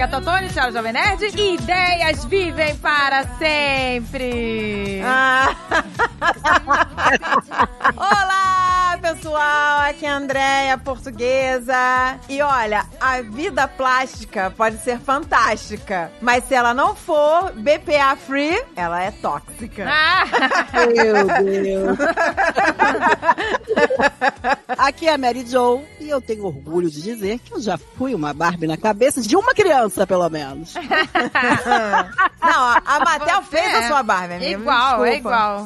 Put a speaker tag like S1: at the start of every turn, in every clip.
S1: Agatha Ottoni, senhora Jovem Nerd. Ideias vivem para sempre.
S2: Olá, pessoal. Aqui é a Andréia, portuguesa. E olha, a vida plástica pode ser fantástica, mas se ela não for BPA free, ela é tóxica.
S3: Meu Deus. Aqui é a Mary Jo e eu tenho orgulho de dizer que eu já fui uma Barbie na cabeça de uma criança, pelo menos.
S2: Não, a Mattel fez a sua Barbie, amiga.
S1: Igual.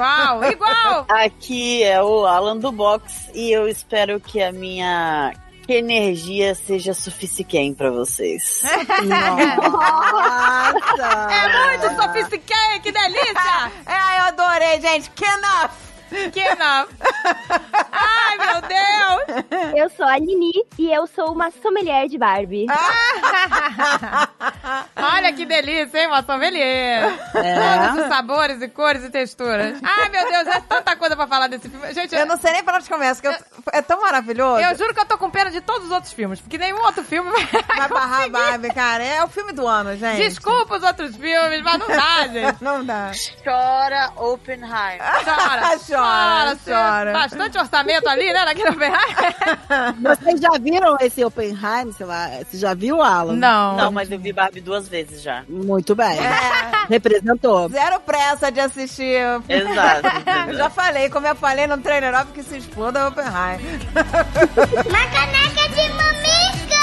S4: Aqui é o Alan do Box e eu espero que a minha energia seja suficiente pra vocês.
S3: Nossa!
S1: É muito sofisticado, que delícia!
S2: Eu adorei, gente.
S1: Que enough. Ai, meu Deus!
S5: Eu sou a Nini e eu sou uma sommelier de Barbie.
S1: Olha que delícia, hein, uma sommelier. Todos os sabores e cores e texturas. Ai, meu Deus, é tanta coisa pra falar desse filme. Gente,
S2: eu não sei nem pra onde começa, que é tão maravilhoso.
S1: Eu juro que eu tô com pena de todos os outros filmes, porque nenhum outro filme
S2: vai barrar a Barbie, cara. É o filme do ano, gente.
S1: Desculpa os outros filmes, mas não dá, gente.
S2: Não dá.
S4: Chora, Oppenheimer.
S1: Chora. Bastante orçamento ali, né, naquele Oppenheimer.
S3: Vocês já viram esse Oppenheimer? Sei lá, você já viu, Alan?
S4: Não, mas eu vi Barbie 2 vezes já.
S3: Muito bem. Representou.
S2: Zero pressa de assistir.
S4: Exato.
S2: Eu já falei, como eu falei no trailer óbvio que se exploda é Oppenheimer.
S5: Uma caneca de mamica!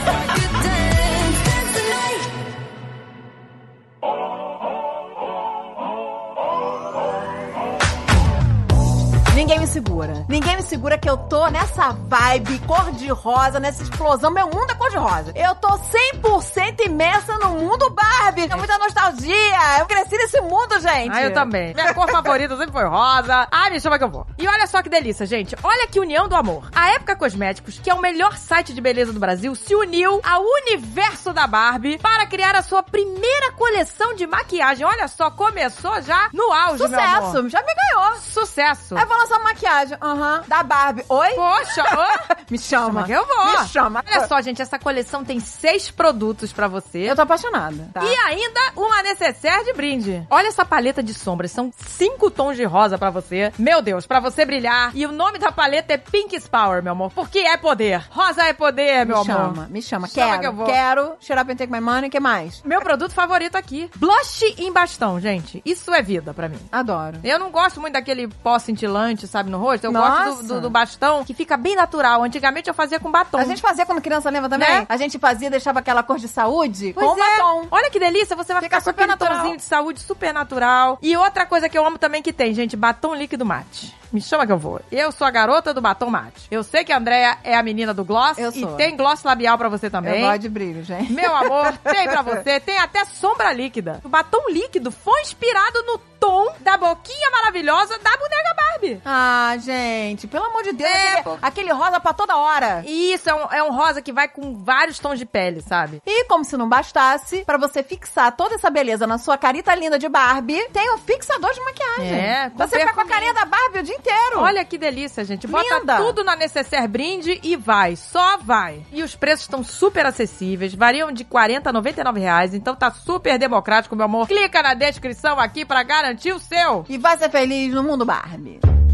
S2: Ninguém me segura. Ninguém me segura que eu tô nessa vibe cor-de-rosa, nessa explosão. Meu mundo é cor-de-rosa. Eu tô 100% imersa no mundo Barbie. É muita nostalgia. Eu cresci nesse mundo, gente.
S1: Eu também. Minha cor favorita sempre foi rosa. Me chama que eu vou. E olha só que delícia, gente. Olha que união do amor. A Época Cosméticos, que é o melhor site de beleza do Brasil, se uniu ao universo da Barbie para criar a sua primeira coleção de maquiagem. Olha só, começou já no auge, meu amor.
S2: Sucesso. Já me ganhou.
S1: Sucesso.
S2: Aí vou lançar uma maquiagem. Da Barbie. Oi?
S1: Poxa,
S2: me chama.
S1: Que eu vou.
S2: Me chama.
S1: Olha só, gente, essa coleção tem 6 produtos pra você.
S2: Eu tô apaixonada. Tá?
S1: E ainda uma necessaire de brinde. Olha essa paleta de sombras. São 5 tons de rosa pra você. Meu Deus, pra você brilhar. E o nome da paleta é Pink's Power, meu amor. Porque é poder. Rosa é poder, meu amor.
S2: Me chama.
S1: Que eu vou.
S2: Quero. Shut up and take my money. O que mais?
S1: Meu produto favorito aqui. Blush em bastão, gente. Isso é vida pra mim.
S2: Adoro.
S1: Eu não gosto muito daquele pó cintilante, sabe, no rosto. Eu gosto do bastão, que fica bem natural. Antigamente eu fazia com batom.
S2: A gente fazia quando criança, lembra também?
S1: Né?
S2: A gente fazia, deixava aquela cor de saúde
S1: com batom. Olha que delícia, você vai ficar com aquele tomzinho de saúde super natural. E outra coisa que eu amo também que tem, gente, batom líquido mate. Me chama que eu vou. Eu sou a garota do batom mate. Eu sei que a Andréia é a menina do gloss.
S2: Eu sou.
S1: E tem gloss labial pra você também.
S2: Eu gosto de brilho, gente.
S1: Meu amor, tem pra você. Tem até sombra líquida. O batom líquido foi inspirado no tom da boquinha maravilhosa da boneca Barbie.
S2: Gente, pelo amor de Deus. Aquele rosa pra toda hora.
S1: Isso, é um rosa que vai com vários tons de pele, sabe?
S2: E como se não bastasse, pra você fixar toda essa beleza na sua carita linda de Barbie, tem um fixador de maquiagem. Você fica com a carinha da Barbie o dia inteiro.
S1: Olha que delícia, gente. Bota tudo na necessaire brinde e vai. Só vai. E os preços estão super acessíveis. Variam de R$40 a R$99. Então tá super democrático, meu amor. Clica na descrição aqui pra garantir o seu.
S2: E vai ser feliz no mundo Barbie.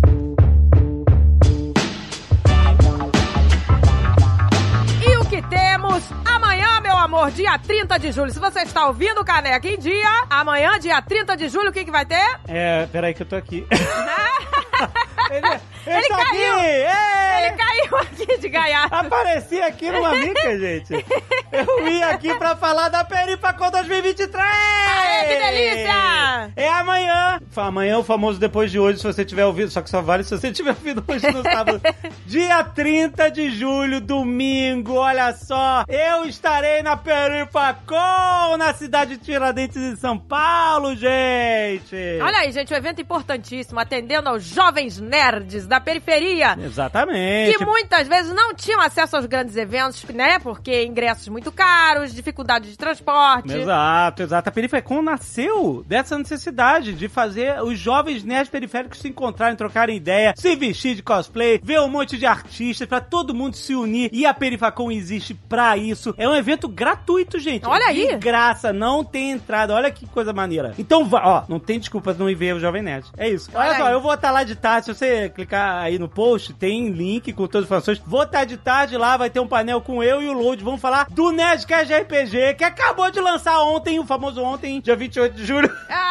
S1: E o que temos amanhã, meu amor, dia 30 de julho. Se você está ouvindo Caneca em Dia, amanhã, dia 30 de julho, o que vai ter?
S6: Peraí que eu tô aqui.
S1: Ele caiu! Ele caiu aqui de gaiato.
S6: Apareci aqui numa mica, gente. Eu vim aqui pra falar da Perifacon 2023!
S1: Aê, que delícia!
S6: É amanhã. Amanhã, o famoso depois de hoje, se você tiver ouvido. Só que só vale se você tiver ouvido hoje no sábado. Dia 30 de julho, domingo, olha só. Eu estarei na Perifacon, na cidade de Tiradentes, em São Paulo, gente.
S1: Olha aí, gente, um evento importantíssimo, atendendo aos jovens nerds da periferia.
S6: Exatamente.
S1: Que muitas vezes não tinham acesso aos grandes eventos, né? Porque ingressos muito caros, dificuldade de transporte.
S6: Exato. A Perifacon nasceu dessa necessidade de fazer fazer os jovens nerds periféricos se encontrarem, trocarem ideia, se vestir de cosplay, ver um monte de artistas, pra todo mundo se unir. E a Perifacon existe pra isso. É um evento gratuito, gente.
S1: Olha aí.
S6: De graça, não tem entrada. Olha que coisa maneira. Então, ó, não tem desculpa não ir ver o Jovem Nerd. É isso. Olha só, eu vou estar lá de tarde. Se você clicar aí no post, tem link com todas as informações. Vou estar de tarde lá, vai ter um painel com eu e o Load. Vamos falar do Nerdcast RPG, que acabou de lançar ontem, o famoso ontem, dia 28 de julho.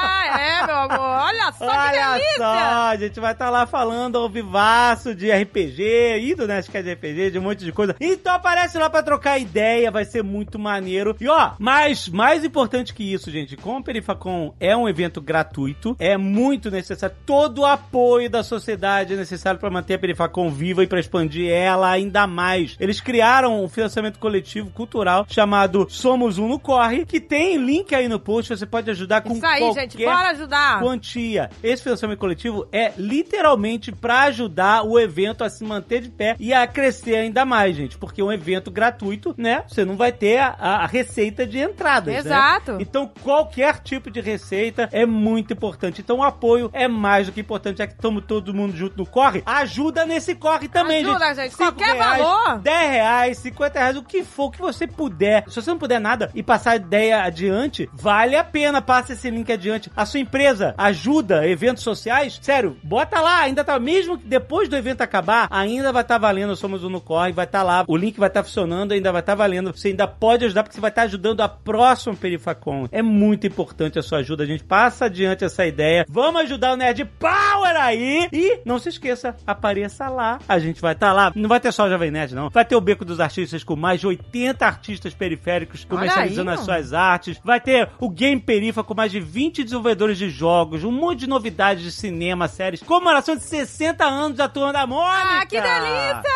S1: Meu amor. Olha só que delícia.
S6: Olha só, a gente vai estar lá falando ao vivaço de RPG e do Nerdcast RPG, de um monte de coisa. Então aparece lá pra trocar ideia, vai ser muito maneiro. E ó, mas mais importante que isso, gente, como a Perifacon é um evento gratuito, é muito necessário, todo o apoio da sociedade é necessário pra manter a Perifacon viva e pra expandir ela ainda mais. Eles criaram um financiamento coletivo cultural chamado Somos Um no Corre, que tem link aí no post, você pode ajudar com
S1: isso aí,
S6: qualquer
S1: gente, bora ajudar.
S6: quantia. Esse financiamento coletivo é literalmente pra ajudar o evento a se manter de pé e a crescer ainda mais, gente, porque é um evento gratuito, né? Você não vai ter a receita de entradas,
S1: exato,
S6: né? Então qualquer tipo de receita é muito importante. Então o apoio é mais do que importante, já que estamos todo mundo junto no corre, ajuda nesse corre também,
S1: ajuda, gente. Qualquer
S6: reais,
S1: valor.
S6: R$10, R$50, o que for que você puder. Se você não puder nada e passar a ideia adiante, vale a pena, passa esse link adiante. A sua empresa ajuda eventos sociais, sério, bota lá, ainda tá, mesmo que depois do evento acabar, ainda vai estar valendo, Somos Um no Corre, vai estar lá, o link vai estar funcionando, ainda vai estar valendo, você ainda pode ajudar, porque você vai estar ajudando a próxima Perifacon. É muito importante a sua ajuda, a gente passa adiante essa ideia, vamos ajudar o Nerd Power aí, e não se esqueça, apareça lá, a gente vai estar lá, não vai ter só o Jovem Nerd não, vai ter o Beco dos Artistas com mais de 80 artistas periféricos comercializando as suas artes, vai ter o Game Perifa com mais de 20 desenvolvedores de jogos, um monte de novidades de cinema, séries, comemoração de 60 anos da Turma da Mônica!
S1: Ah, que delícia!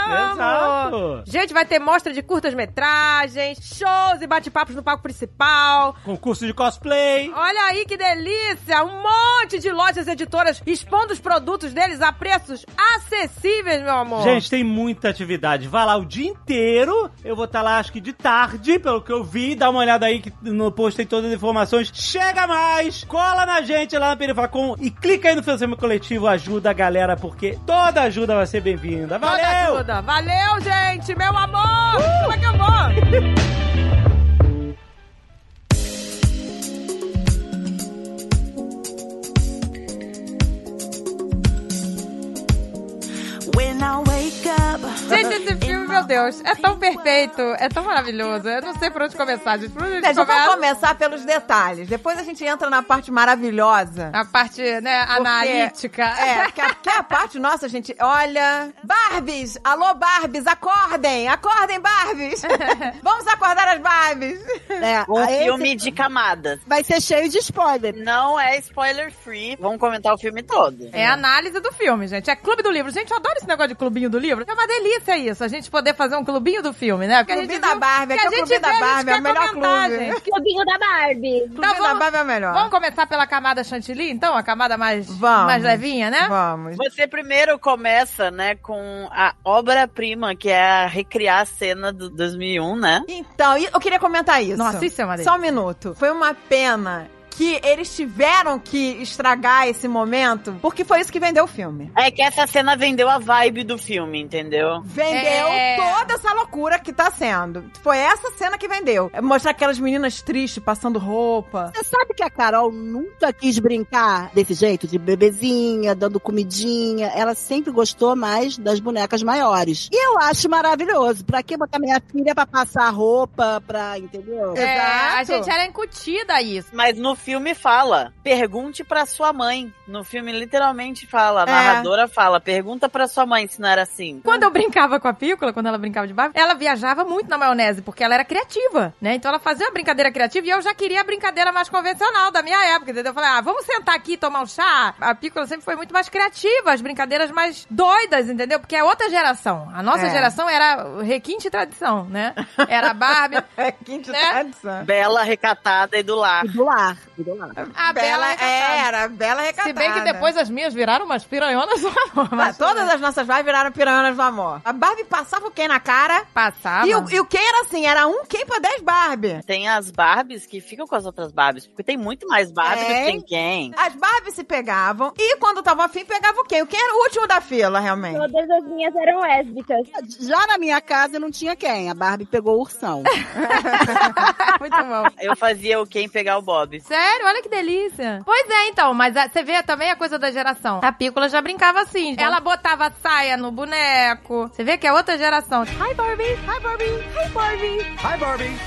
S6: Exato!
S1: Gente, vai ter mostra de curtas-metragens, shows e bate-papos no palco principal.
S6: Concurso de cosplay.
S1: Olha aí que delícia! Um monte de lojas editoras expondo os produtos deles a preços acessíveis, meu amor.
S6: Gente, tem muita atividade. Vai lá o dia inteiro. Eu vou estar lá, acho que de tarde, pelo que eu vi. Dá uma olhada aí que no post tem todas as informações. Chega mais! Cola na gente lá na Perifacon e clica aí no financiamento coletivo. Ajuda a galera, porque toda ajuda vai ser bem-vinda. Valeu!
S1: Toda ajuda. Valeu, gente! Meu amor! Como é que eu vou? Gente, esse filme, meu Deus, é tão perfeito, é tão maravilhoso. Eu não sei por onde começar, gente. Por onde a gente começa?
S2: Vamos começar pelos detalhes. Depois a gente entra na parte maravilhosa.
S1: A parte, né, analítica.
S2: Que é a parte, nossa, gente, olha... Barbies! Alô, Barbies, acordem! Acordem, Barbies! Vamos acordar as Barbies!
S4: Um filme de camadas.
S3: Vai ser cheio de spoiler.
S4: Não é spoiler free. Vamos comentar o filme todo.
S1: É análise do filme, gente. É Clube do Livro. Gente, eu adoro esse negócio de clubinho do livro. É uma delícia isso, a gente poder fazer um clubinho do filme, né? Porque
S2: Clubinho da Barbie, aqui é o Clubinho da Barbie, é o melhor clube.
S1: Gente.
S5: Clubinho da Barbie.
S2: Clubinho da Barbie é o melhor.
S1: Vamos começar pela camada chantilly, então? A camada mais levinha, né?
S2: Vamos.
S4: Você primeiro começa, né, com a obra-prima, que é recriar a cena do 2001, né?
S2: Então, eu queria comentar isso.
S1: Nossa, isso é uma delícia.
S2: Só um minuto. Foi uma pena que eles tiveram que estragar esse momento, porque foi isso que vendeu o filme.
S4: É que essa cena vendeu a vibe do filme, entendeu?
S2: Vendeu toda essa loucura que tá sendo. Foi essa cena que vendeu. É mostrar aquelas meninas tristes, passando roupa.
S3: Você sabe que a Carol nunca quis brincar desse jeito, de bebezinha, dando comidinha. Ela sempre gostou mais das bonecas maiores. E eu acho maravilhoso. Pra que botar minha filha pra passar roupa, entendeu?
S1: A
S2: Exato.
S1: gente era incutida a isso.
S4: Mas no filme fala, pergunte pra sua mãe. No filme literalmente fala, a narradora fala, pergunta pra sua mãe se não era assim.
S1: Quando eu brincava com a Pícola, quando ela brincava de Barbie, ela viajava muito na maionese, porque ela era criativa, né? Então ela fazia uma brincadeira criativa e eu já queria a brincadeira mais convencional da minha época, entendeu? Eu falei, vamos sentar aqui e tomar um chá? A Pícola sempre foi muito mais criativa, as brincadeiras mais doidas, entendeu? Porque é outra geração. A nossa geração era requinte e tradição, né? Era a Barbie.
S2: Requinte e
S1: né?
S2: tradição.
S4: Bela, recatada e do lar.
S3: E do lar. tudo lá.
S1: A Bela
S2: era Bela recatada.
S1: Se bem que depois as minhas viraram umas piranhonas do amor. Mas
S2: todas as nossas Barbie viraram piranhas do amor. A Barbie passava o Ken na cara.
S1: passava.
S2: E o Ken era assim, era um Ken pra 10 Barbie.
S4: Tem as Barbies que ficam com as outras Barbies, porque tem muito mais Barbie do que tem Ken.
S2: As Barbies se pegavam e quando tava afim, pegava o Ken. O Ken era o último da fila, realmente.
S5: Todas as minhas eram lésbicas.
S3: Já na minha casa não tinha quem. A Barbie pegou o ursão.
S1: Muito bom.
S4: Eu fazia o Ken pegar o Bob.
S1: Sério? Olha que delícia. Pois é, então. Mas você vê também a coisa da geração. A Pícola já brincava assim. Ela botava saia no boneco. Você vê que é outra geração.
S5: Hi, Barbie. Hi, Barbie. Hi, Barbie.
S7: Hi, Barbie.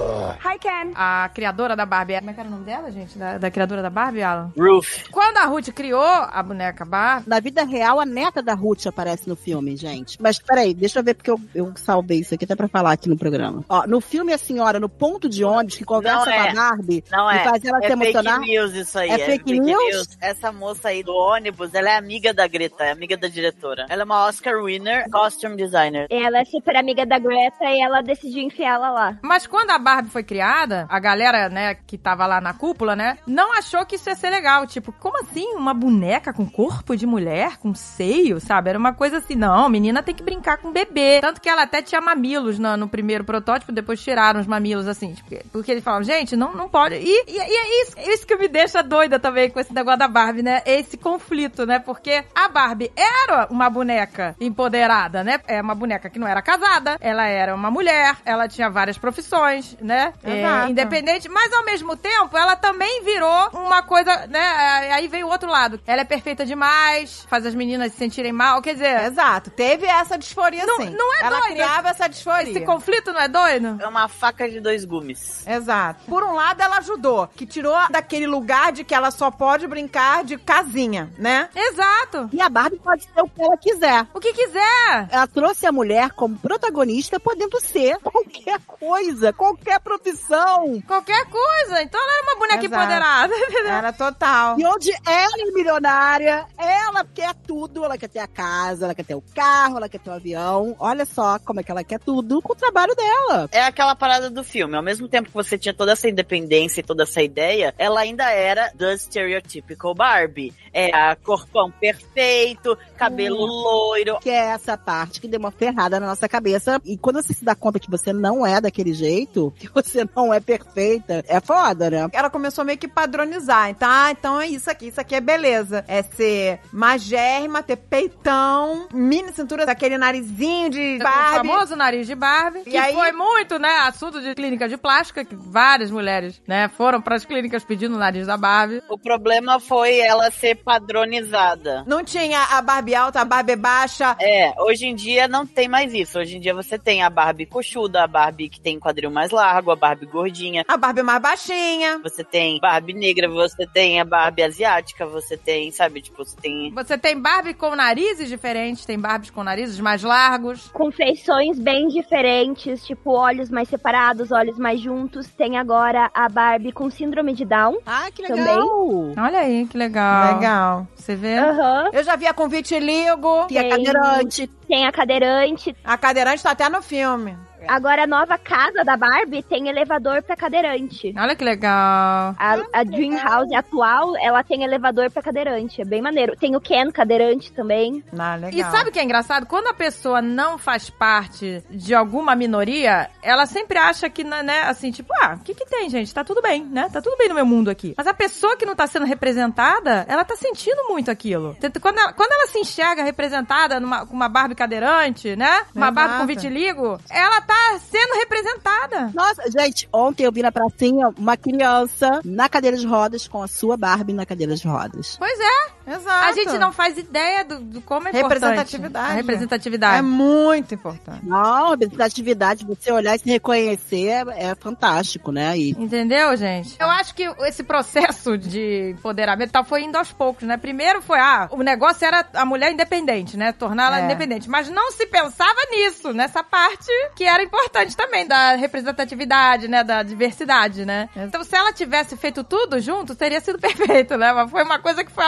S5: Hi, Ken.
S1: A criadora da Barbie. Como é que era o nome dela, gente? Da criadora da Barbie, Alan?
S4: Ruth.
S1: Quando a Ruth criou a boneca Barbie...
S3: Na vida real, a neta da Ruth aparece no filme, gente. Mas peraí, deixa eu ver porque eu salvei isso aqui até pra falar aqui no programa. Ó, no filme, a senhora no ponto de ônibus que conversa com a Barbie e faz ela se emocionar.
S4: É fake news isso aí.
S3: É fake news?
S4: Essa moça aí do ônibus, ela é amiga da Greta, é amiga da diretora. Ela é uma Oscar winner, costume designer.
S5: Ela é super amiga da Greta e ela decidiu enfiar ela lá.
S1: Mas quando a Barbie foi criada, a galera, né, que tava lá na cúpula, né, não achou que isso ia ser legal. Tipo, como assim? Uma boneca com corpo de mulher, com seio, sabe? Era uma coisa assim, não, menina tem que brincar com bebê. Tanto que ela até tinha mamilos no primeiro protótipo, depois tiraram os mamilos, assim, porque eles falavam, gente, não pode. E é isso que me deixa doida também com esse negócio da Barbie, né? Esse conflito, né? Porque a Barbie era uma boneca empoderada, né? É uma boneca que não era casada, ela era uma mulher, ela tinha várias profissões, né? Independente, mas ao mesmo tempo, ela também virou uma coisa, né? Aí veio o outro lado. Ela é perfeita demais, faz as meninas se sentirem mal, quer dizer...
S2: Exato, teve essa disforia sim.
S1: Não é
S2: ela
S1: doido.
S2: criava essa disforia.
S1: Esse conflito não é doido?
S4: É uma faca de dois gumes.
S2: Exato. Por um lado, ela ajudou, que tirou daquele lugar de que ela só pode brincar de casinha, né?
S1: Exato.
S3: E a Barbie pode ser o que ela quiser.
S1: O que quiser.
S3: Ela trouxe a mulher como protagonista, podendo ser qualquer coisa, qualquer profissão.
S1: Qualquer coisa. Então ela era uma boneca empoderada.
S2: Era total.
S3: E onde ela é milionária, ela quer tudo. Ela quer ter a casa, ela quer ter o carro, ela quer ter o avião. Olha só como é que ela quer tudo com o trabalho dela.
S4: É aquela parada do filme. Ao mesmo tempo que você tinha toda essa independência e toda essa ideia, ela ainda era the stereotypical Barbie. É a corpão perfeito, cabelo loiro.
S3: Que é essa parte que deu uma ferrada na nossa cabeça. E quando você se dá conta que você não é daquele jeito, que você não é perfeita, é foda, né?
S2: Ela começou meio que padronizar. Então é isso aqui é beleza. É ser magérrima, ter peitão, mini cintura, aquele narizinho de Barbie.
S1: O famoso nariz de Barbie.
S2: E
S1: que
S2: aí...
S1: foi muito, né, assunto de clínica de plástica, que várias mulheres, né, foram pras clínicas pedindo o nariz da Barbie.
S4: O problema foi ela ser padronizada.
S2: Não tinha a Barbie alta, a Barbie baixa.
S4: Hoje em dia não tem mais isso. Hoje em dia você tem a Barbie coxuda, a Barbie que tem quadril mais largo, a Barbie gordinha.
S2: A Barbie mais baixinha.
S4: Você tem Barbie negra, você tem a Barbie asiática, você tem, sabe, tipo,
S1: Você tem Barbie com narizes diferentes, tem Barbies com narizes mais largos.
S5: Com feições bem diferentes, tipo olhos mais separados, olhos mais juntos. Tem agora a Barbie com síndrome de Down.
S3: Ah, que legal!
S5: Também.
S1: Olha aí, que legal.
S2: Legal.
S1: Você vê?
S5: Aham.
S2: Eu já vi a com vitiligo.
S3: E a cadeirante.
S5: Tem a cadeirante.
S2: A cadeirante tá até no filme.
S5: Agora a nova casa da Barbie tem elevador pra cadeirante.
S1: Olha que legal.
S5: A Dream House atual, ela tem elevador pra cadeirante. É bem maneiro. Tem o Ken cadeirante também.
S2: Legal.
S1: E sabe o que é engraçado? Quando a pessoa não faz parte de alguma minoria, ela sempre acha que, né, assim, tipo, o que tem, gente? Tá tudo bem, né? Tá tudo bem no meu mundo aqui. Mas a pessoa que não tá sendo representada, ela tá sentindo muito aquilo. Quando ela se enxerga representada com uma Barbie cadeirante, né? Uma Barbie com vitiligo, ela tá sendo representada.
S3: Nossa, gente, ontem eu vi na pracinha uma criança na cadeira de rodas com a sua Barbie na cadeira de rodas.
S1: Pois é.
S2: Exato.
S1: A gente não faz ideia do como é importante.
S2: Representatividade.
S1: A representatividade.
S2: É muito importante.
S3: Não, representatividade, você olhar e se reconhecer é fantástico, né?
S1: Entendeu, gente? Eu acho que esse processo de empoderamento tal foi indo aos poucos, né? Primeiro foi, o negócio era a mulher independente, né? Torná-la independente. Mas não se pensava nisso, nessa parte que era importante também, da representatividade, né? Da diversidade, né? Então, se ela tivesse feito tudo junto, teria sido perfeito, né? Mas foi uma coisa que foi aos poucos.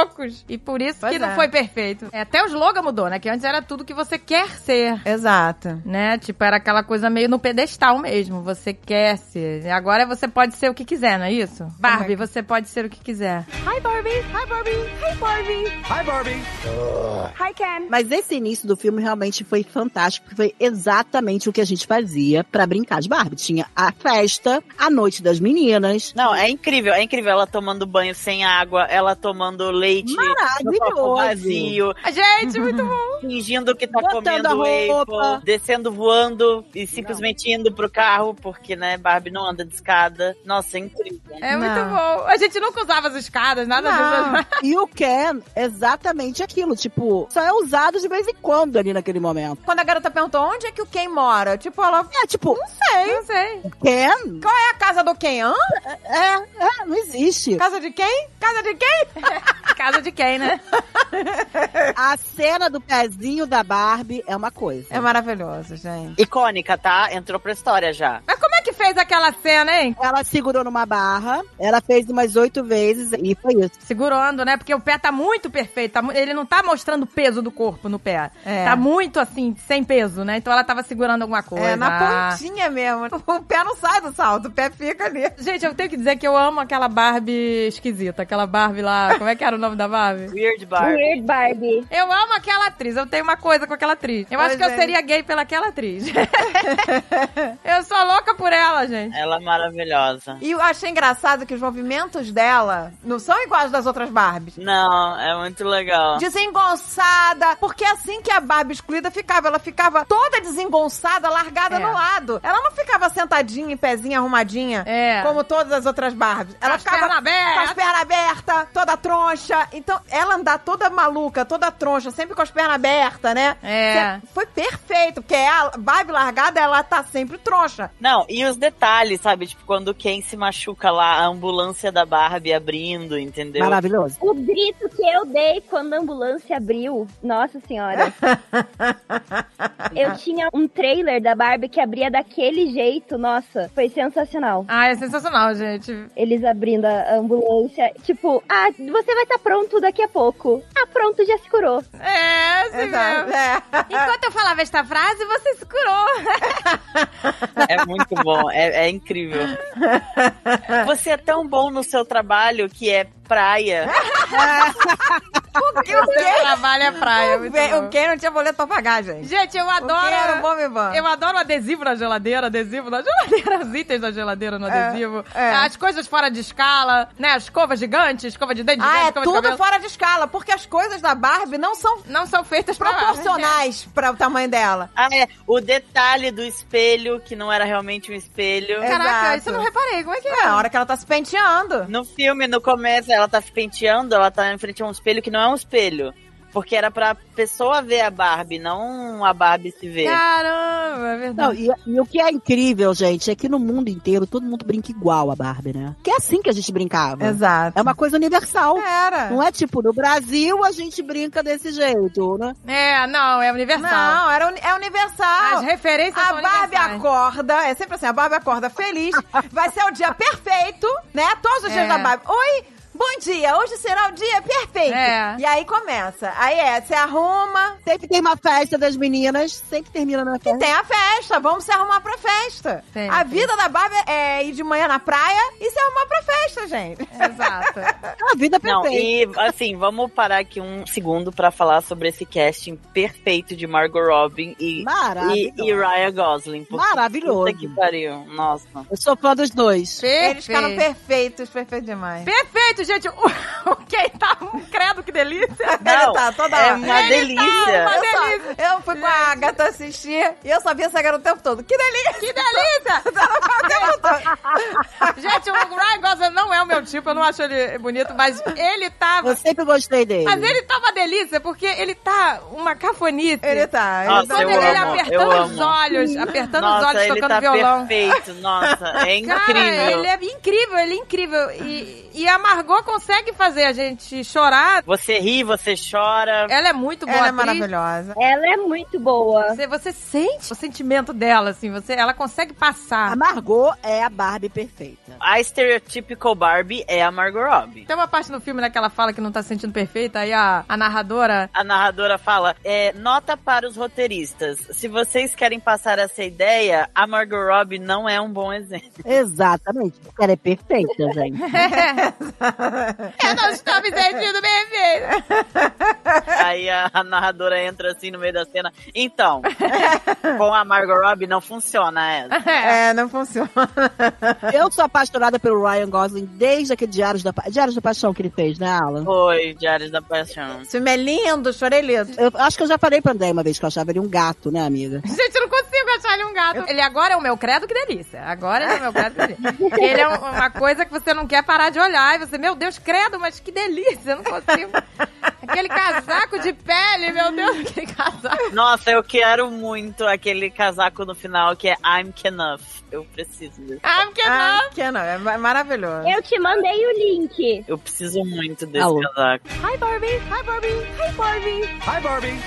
S1: loucos. E por isso
S2: Pois
S1: que não
S2: é.
S1: foi perfeito. Até o slogan mudou, né? Que antes era tudo que você quer ser.
S2: Exato.
S1: Né? Tipo, era aquela coisa meio no pedestal mesmo. Você quer ser. E agora você pode ser o que quiser, não é isso? Barbie, você pode ser o que quiser.
S5: Hi, Barbie. Hi, Barbie. Hi, Barbie.
S7: Hi, Barbie.
S5: Hi, Ken.
S3: Mas esse início do filme realmente foi fantástico, porque foi exatamente o que a gente fazia pra brincar de Barbie. Tinha a festa, a noite das meninas.
S4: Não, é incrível ela tomando banho sem água, ela tomando leite no copo
S3: Maravilhoso.
S4: vazio,
S1: Gente, muito bom.
S4: fingindo que tá
S3: Botando
S4: comendo
S3: a roupa.
S4: waffle, descendo voando e simplesmente indo pro carro, porque, né, Barbie não anda de escada. Nossa, é incrível.
S1: É muito
S2: Não.
S1: bom. A gente nunca usava as escadas, nada disso.
S3: E o Ken, exatamente aquilo. Tipo, só é usado de vez em quando ali naquele momento.
S2: Quando a garota perguntou onde é que o Ken mora, tipo, ela...
S3: É, tipo,
S1: Não sei.
S3: Ken?
S2: Qual é a casa do Ken? Hã?
S3: Não existe.
S2: Casa de quem? Casa de quem?
S1: Casa de quem, né?
S3: A cena do pezinho da Barbie é uma coisa.
S2: É maravilhoso, gente.
S4: Icônica, tá? Entrou pra história já.
S1: Mas como é que fez aquela cena, hein?
S3: Ela segurou numa barra, ela fez umas 8 vezes e foi isso.
S1: Segurando, né? Porque o pé tá muito perfeito. Ele não tá mostrando o peso do corpo no pé.
S2: É.
S1: Tá muito, assim, sem peso, né? Então ela tava segurando alguma coisa.
S2: É, na pontinha mesmo. O pé não sai do salto, o pé fica ali.
S1: Gente, eu tenho que dizer que eu amo aquela Barbie esquisita. Aquela Barbie lá... Como é que era o nome da Barbie?
S4: Weird Barbie.
S5: Weird Barbie.
S1: Eu amo aquela atriz. Eu tenho uma coisa com aquela atriz. Eu acho
S2: Pois
S1: que eu
S2: é.
S1: seria gay pelaquela atriz. Eu sou louca por ela, gente.
S4: Ela é maravilhosa.
S2: E eu achei engraçado que os movimentos dela não são iguais das outras Barbies.
S4: Não, é muito legal.
S2: Desengonçada, porque é assim que a Barbie excluída ficava. Ela ficava toda desengonçada, largada
S1: É.
S2: no lado. Ela não ficava sentadinha, em pezinha, arrumadinha,
S1: É.
S2: como todas as outras Barbies. Ela
S1: As
S2: ficava
S1: pernas abertas.
S2: com as pernas abertas, toda troncha. Então, ela andar toda maluca, toda troncha, sempre com as pernas abertas, né?
S1: É.
S2: Foi perfeito, porque a Barbie largada, ela tá sempre troncha.
S4: Não, e os detalhes, sabe? Tipo, quando o Ken se machuca lá, a ambulância da Barbie abrindo, entendeu?
S3: Maravilhoso.
S5: O grito que eu dei quando a ambulância abriu, nossa senhora. Eu tinha um trailer da Barbie que abria daquele jeito, nossa, foi sensacional.
S1: Ah, é sensacional, gente.
S5: Eles abrindo a ambulância, tipo, você vai estar pronto daqui a pouco. Pronto, já se curou.
S1: É, assim
S2: Exato.
S1: mesmo.
S2: É.
S1: Enquanto eu falava esta frase, você se curou.
S4: É muito bom, é incrível. Você é tão bom no seu trabalho que é praia.
S2: O quê?
S1: Trabalho é praia. muito bom.
S2: O Ken não tinha boleto pra pagar, gente.
S1: Gente, eu
S2: O Ken era um
S1: adoro...
S2: bom me bom.
S1: Eu adoro adesivo na geladeira, os itens da geladeira no adesivo.
S2: é.
S1: As coisas fora de escala, né? As escovas gigantes, escova de dente gigante,
S2: É
S1: escova de
S2: tudo
S1: cabelo.
S2: fora de escala, porque as coisas da Barbie não são
S1: Não são feitas pra...
S2: proporcionais para o tamanho dela.
S4: O detalhe do espelho, que não era realmente um espelho.
S1: Caraca,
S2: Exato.
S1: isso eu não reparei. Como é que é?
S2: É, a hora que ela tá se penteando.
S4: No filme, no começo, ela tá se penteando, ela tá em frente a um espelho que não é um espelho. Porque era pra pessoa ver a Barbie, não a Barbie se ver.
S1: Caramba, é
S3: Não,
S1: verdade.
S3: e o que é incrível, gente, é que no mundo inteiro todo mundo brinca igual a Barbie, né? Que é assim que a gente brincava.
S2: Exato.
S3: É uma coisa universal.
S2: Era.
S3: Não é tipo, no Brasil a gente brinca desse jeito, né?
S1: Não, é universal.
S2: Não, é universal.
S1: As referências
S2: A
S1: são
S2: Barbie
S1: universais.
S2: acorda, é sempre assim, a Barbie acorda feliz, vai ser o dia perfeito, né? Todos os dias da Barbie. Oi, bom dia, hoje será o dia perfeito.
S1: É.
S2: E aí começa. Aí você arruma,
S3: Sempre tem uma festa das meninas, sempre termina na festa.
S2: tem a festa, vamos se arrumar pra festa.
S1: Tem,
S2: A
S1: tem.
S2: vida da Barbie é ir de manhã na praia e se arrumar pra festa, gente.
S1: Exato.
S3: É uma vida
S4: Não,
S3: perfeita.
S4: e assim, vamos parar aqui um segundo pra falar sobre esse casting perfeito de Margot Robbie e
S3: Maravilhoso.
S4: Ryan Gosling. porque
S3: Maravilhoso.
S4: Puta que pariu, nossa.
S3: Eu sou fã dos dois.
S2: Eles ficaram perfeitos demais.
S1: Perfeito, gente. O Ken tá um credo, que delícia.
S4: Não,
S2: tá toda
S4: é
S2: hora.
S4: uma
S1: Ele
S4: delícia.
S1: tá uma
S2: Eu, eu fui com a gata assistir e eu só via essa garota o tempo todo. Que delícia!
S1: Que delícia! Gente, o Ryan Gosling não é o meu tipo, eu não acho ele bonito, mas ele tava...
S3: Eu sempre gostei dele.
S1: Mas ele tá uma delícia, porque ele tá uma cafonice.
S2: Ele tá.
S4: Nossa,
S1: Quando
S4: eu
S1: ele
S4: amo,
S1: apertando
S4: eu
S1: os
S4: amo.
S1: olhos, apertando os
S4: Nossa,
S1: olhos,
S4: ele
S1: tocando
S4: tá
S1: violão.
S4: perfeito, nossa, é incrível.
S1: Cara, ele é incrível, ele é incrível. E a Margot consegue fazer a gente chorar.
S4: Você ri, você chora.
S1: Ela é muito boa
S2: Ela é
S1: atriz.
S2: maravilhosa.
S5: Ela é muito boa.
S1: Você sente o sentimento dela, assim, ela consegue passar.
S3: A Margot é a Barbie perfeita.
S4: A stereotypical Barbie Barbie é a Margot Robbie.
S1: Tem uma parte no filme, né, que ela fala que não tá se sentindo perfeita, aí a narradora...
S4: A narradora fala, nota para os roteiristas, se vocês querem passar essa ideia, a Margot Robbie não é um bom exemplo.
S3: Exatamente. Ela é perfeita, gente.
S1: Eu não estou me sentindo perfeita.
S4: Aí a narradora entra assim no meio da cena. Então, com a Margot Robbie não funciona essa.
S2: Não funciona.
S3: Eu sou apaixonada pelo Ryan Gosling desde aquele Diários da Paixão que ele fez, né, Alan?
S4: Foi, Diários da Paixão.
S2: Esse filme é lindo, chorei lindo.
S3: Eu acho que eu já falei pra André uma vez que eu achava ele um gato, né, amiga?
S1: Gente, eu não consigo achar ele um gato. Ele agora é o meu credo, que delícia. Agora ele é o meu credo, que delícia. Ele é uma coisa que você não quer parar de olhar. E você, meu Deus, credo, mas que delícia. Eu não consigo. Aquele casaco de pele, meu Deus, aquele casaco.
S4: Nossa, eu quero muito aquele casaco no final que é I'm Kenough. Eu preciso desse.
S2: Que não, é maravilhoso.
S5: Eu te mandei o link.
S4: Eu preciso muito desse
S3: Alô.
S4: casaco.
S5: Hi, Barbie. Hi, Barbie. Hi, Barbie.
S7: Hi, Barbie.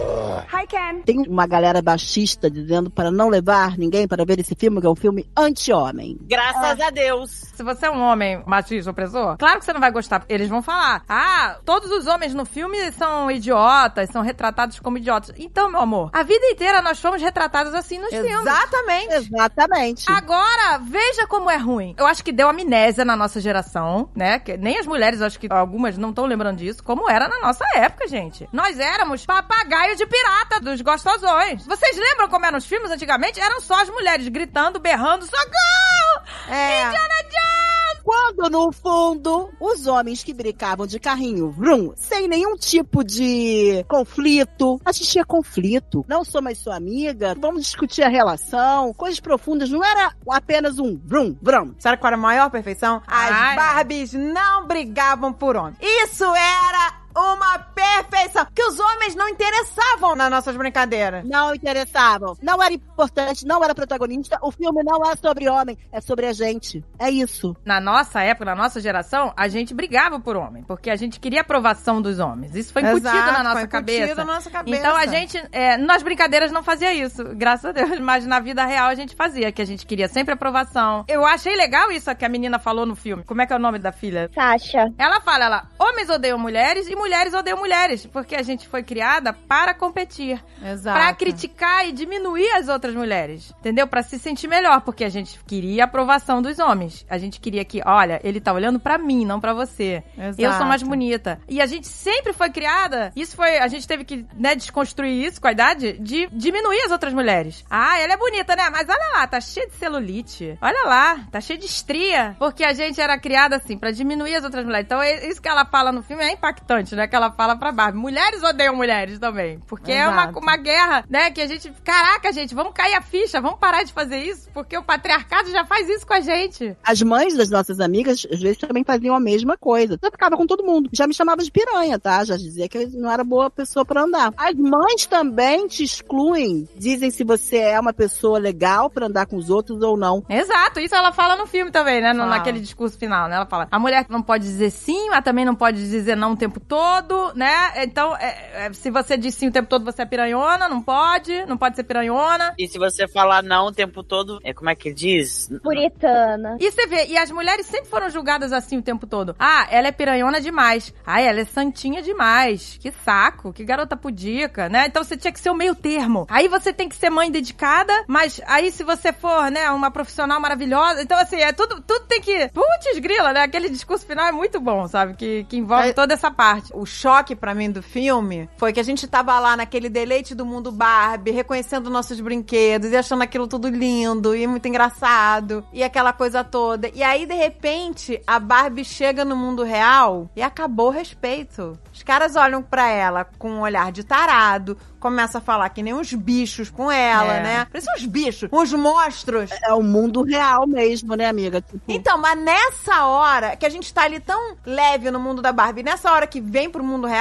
S5: Hi, Ken.
S3: Tem uma galera baixista dizendo para não levar ninguém para ver esse filme, que é um filme anti-homem.
S4: Graças a Deus.
S1: Se você é um homem machista, opressor, claro que você não vai gostar. Eles vão falar, todos os homens no filme são idiotas, são retratados como idiotas. Então, meu amor, a vida inteira nós fomos retratados assim nos filmes.
S2: Exatamente.
S1: Agora, veja como é ruim. Eu acho que deu amnésia na nossa geração, né? Que nem as mulheres, eu acho que algumas não estão lembrando disso, como era na nossa época, gente. Nós éramos papagaio de pirata dos gostosões. Vocês lembram como eram os filmes antigamente? Eram só as mulheres gritando, berrando, socorro! Indiana Jones!
S3: Quando, no fundo, os homens que brincavam de carrinho, vrum, sem nenhum tipo de conflito. A gente tinha conflito. Não sou mais sua amiga, vamos discutir a relação, coisas profundas. Não era apenas um vrum, vrum.
S2: Sabe qual era a maior perfeição? As Barbies não brigavam por homem. Isso era uma perfeição. Que os homens não interessavam nas nossas brincadeiras.
S3: Não interessavam. Não era importante, não era protagonista. O filme não é sobre homem, é sobre a gente. É isso.
S1: Na nossa época, na nossa geração, a gente brigava por homem, porque a gente queria a aprovação dos homens. Isso foi incutido na nossa cabeça. Então a gente, nas brincadeiras não fazia isso, graças a Deus, mas na vida real a gente fazia, que a gente queria sempre aprovação. Eu achei legal isso que a menina falou no filme. Como é que é o nome da filha?
S5: Sasha.
S1: Ela fala, homens odeiam mulheres e mulheres odeiam mulheres, porque a gente foi criada para competir.
S2: Exato.
S1: Pra criticar e diminuir as outras mulheres, entendeu? Pra se sentir melhor, porque a gente queria a aprovação dos homens. A gente queria que, olha, ele tá olhando pra mim, não pra você.
S2: Exato.
S1: Eu sou mais bonita. E a gente sempre foi criada, a gente teve que, desconstruir isso com a idade, de diminuir as outras mulheres. Ela é bonita, né? Mas olha lá, tá cheia de celulite. Olha lá, tá cheia de estria. Porque a gente era criada assim, pra diminuir as outras mulheres. Então, isso que ela fala no filme é impactante, né? Que ela fala pra Barbie. Mulheres odeiam mulheres também. Porque
S2: Exato.
S1: é uma guerra, né? Que a gente... Caraca, gente, vamos cair a ficha, vamos parar de fazer isso, porque o patriarcado já faz isso com a gente.
S3: As mães das nossas amigas, às vezes, também faziam a mesma coisa. Eu ficava com todo mundo. Já me chamava de piranha, tá? Já dizia que eu não era boa pessoa pra andar. As mães também te excluem. Dizem se você é uma pessoa legal pra andar com os outros ou não.
S1: Exato, isso ela fala no filme também, né? Naquele discurso final, né? Ela fala, a mulher não pode dizer sim, mas também não pode dizer não o tempo todo, né? Então, se você diz sim o tempo todo, você é piranhona, não pode ser piranhona.
S4: E se você falar não o tempo todo, como é que diz?
S5: Puritana.
S1: E você vê, e as mulheres sempre foram julgadas assim o tempo todo. Ela é piranhona demais. Ela é santinha demais. Que saco, que garota pudica, né? Então você tinha que ser o meio termo. Aí você tem que ser mãe dedicada, mas aí se você for, né, uma profissional maravilhosa, então assim, tudo tem que... Putz, grila, né? Aquele discurso final é muito bom, sabe? Que envolve toda essa parte.
S2: O choque pra mim do filme foi que a gente tava lá naquele deleite do mundo Barbie, reconhecendo nossos brinquedos e achando aquilo tudo lindo e muito engraçado e aquela coisa toda. E aí, de repente, a Barbie chega no mundo real e acabou o respeito. Os caras olham pra ela com um olhar de tarado, começa a falar que nem uns bichos com ela, né? Parecem uns bichos, uns monstros.
S3: É o mundo real mesmo, né, amiga? Tipo...
S2: Então, mas nessa hora que a gente tá ali tão leve no mundo da Barbie, nessa hora que vem pro mundo real,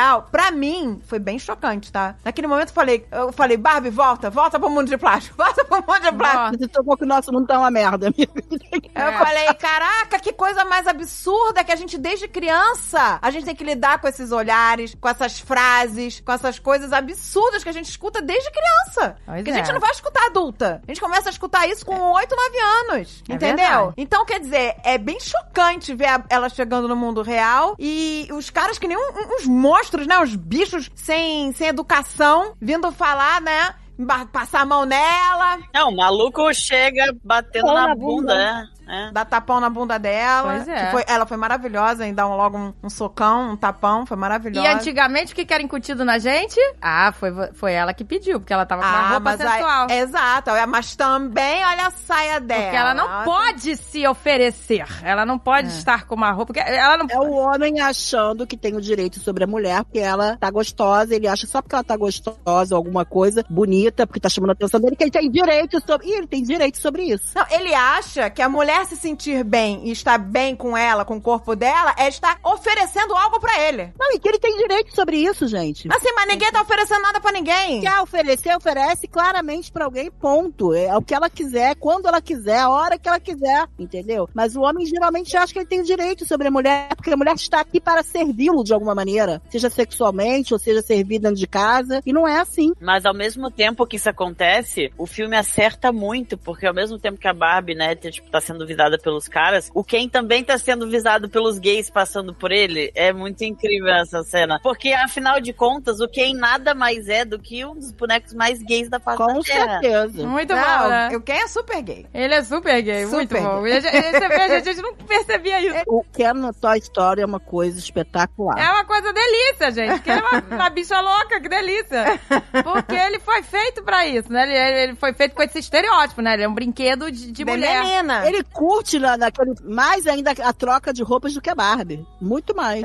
S2: real, pra mim, foi bem chocante, tá? Naquele momento eu falei, Barbie, volta pro mundo de plástico, volta pro mundo de plástico.
S3: Você tocou que o nosso mundo tá uma merda, amiga.
S2: Eu falei, caraca, que coisa mais absurda que a gente, desde criança, a gente tem que lidar com esses olhares, com essas frases, com essas coisas absurdas que a gente escuta desde criança.
S1: Pois
S2: que
S1: é.
S2: a gente não vai escutar adulta. A gente começa a escutar isso com 8, 9 anos.
S1: É
S2: Entendeu?
S1: verdade.
S2: Então, quer dizer, é bem chocante ver ela chegando no mundo real e os caras que nem uns monstros, né? Os bichos sem educação, vindo falar, né? Passar a mão nela.
S4: Não, o maluco chega batendo
S5: Pão
S4: na
S5: na
S4: bunda,
S5: bunda.
S2: Dar tapão na bunda dela.
S1: Pois é.
S2: Ela foi maravilhosa em dar logo um socão, um tapão, foi maravilhosa.
S1: E antigamente, o que era incutido na gente? Ah, foi ela que pediu, porque ela tava com uma roupa sensual.
S2: Exato, mas também olha a saia dela.
S1: Porque ela não pode se oferecer. Ela não pode estar com uma roupa. Porque ela não
S3: É o homem achando que tem o direito sobre a mulher, porque ela tá gostosa, ele acha só porque ela tá gostosa, alguma coisa bonita, porque tá chamando a atenção dele, que ele tem direito sobre... E ele tem direito sobre isso.
S2: Não, ele acha que a mulher se sentir bem e estar bem com ela, com o corpo dela, é estar oferecendo algo pra ele.
S3: Não, e que ele tem direito sobre isso, gente.
S2: Assim, mas ninguém tá oferecendo nada pra ninguém.
S3: Quer oferecer, oferece claramente pra alguém, ponto. É o que ela quiser, quando ela quiser, a hora que ela quiser, entendeu? Mas o homem geralmente acha que ele tem direito sobre a mulher, porque a mulher está aqui para servi-lo de alguma maneira, seja sexualmente ou seja servida dentro de casa, e não é assim.
S4: Mas ao mesmo tempo que isso acontece, o filme acerta muito, porque ao mesmo tempo que a Barbie, né, tá sendo visada pelos caras, o Ken também tá sendo visado pelos gays passando por ele. É muito incrível essa cena. Porque, afinal de contas, o Ken nada mais é do que um dos bonecos mais gays da face da
S3: Com
S4: Terra.
S3: certeza.
S1: Muito bom, né?
S2: O Ken é super gay.
S1: Ele é super gay,
S2: Super
S1: muito bom.
S2: gay.
S1: E a gente não percebia isso.
S3: O Ken no Toy Story é uma coisa espetacular.
S1: É uma coisa delícia, gente. Porque ele é uma bicha louca, que delícia. Porque ele foi feito pra isso, né? Ele foi feito com esse estereótipo, né? Ele é um brinquedo de mulher.
S2: Menina.
S3: Ele curte naquele, mais ainda a troca de roupas do que a Barbie. Muito mais.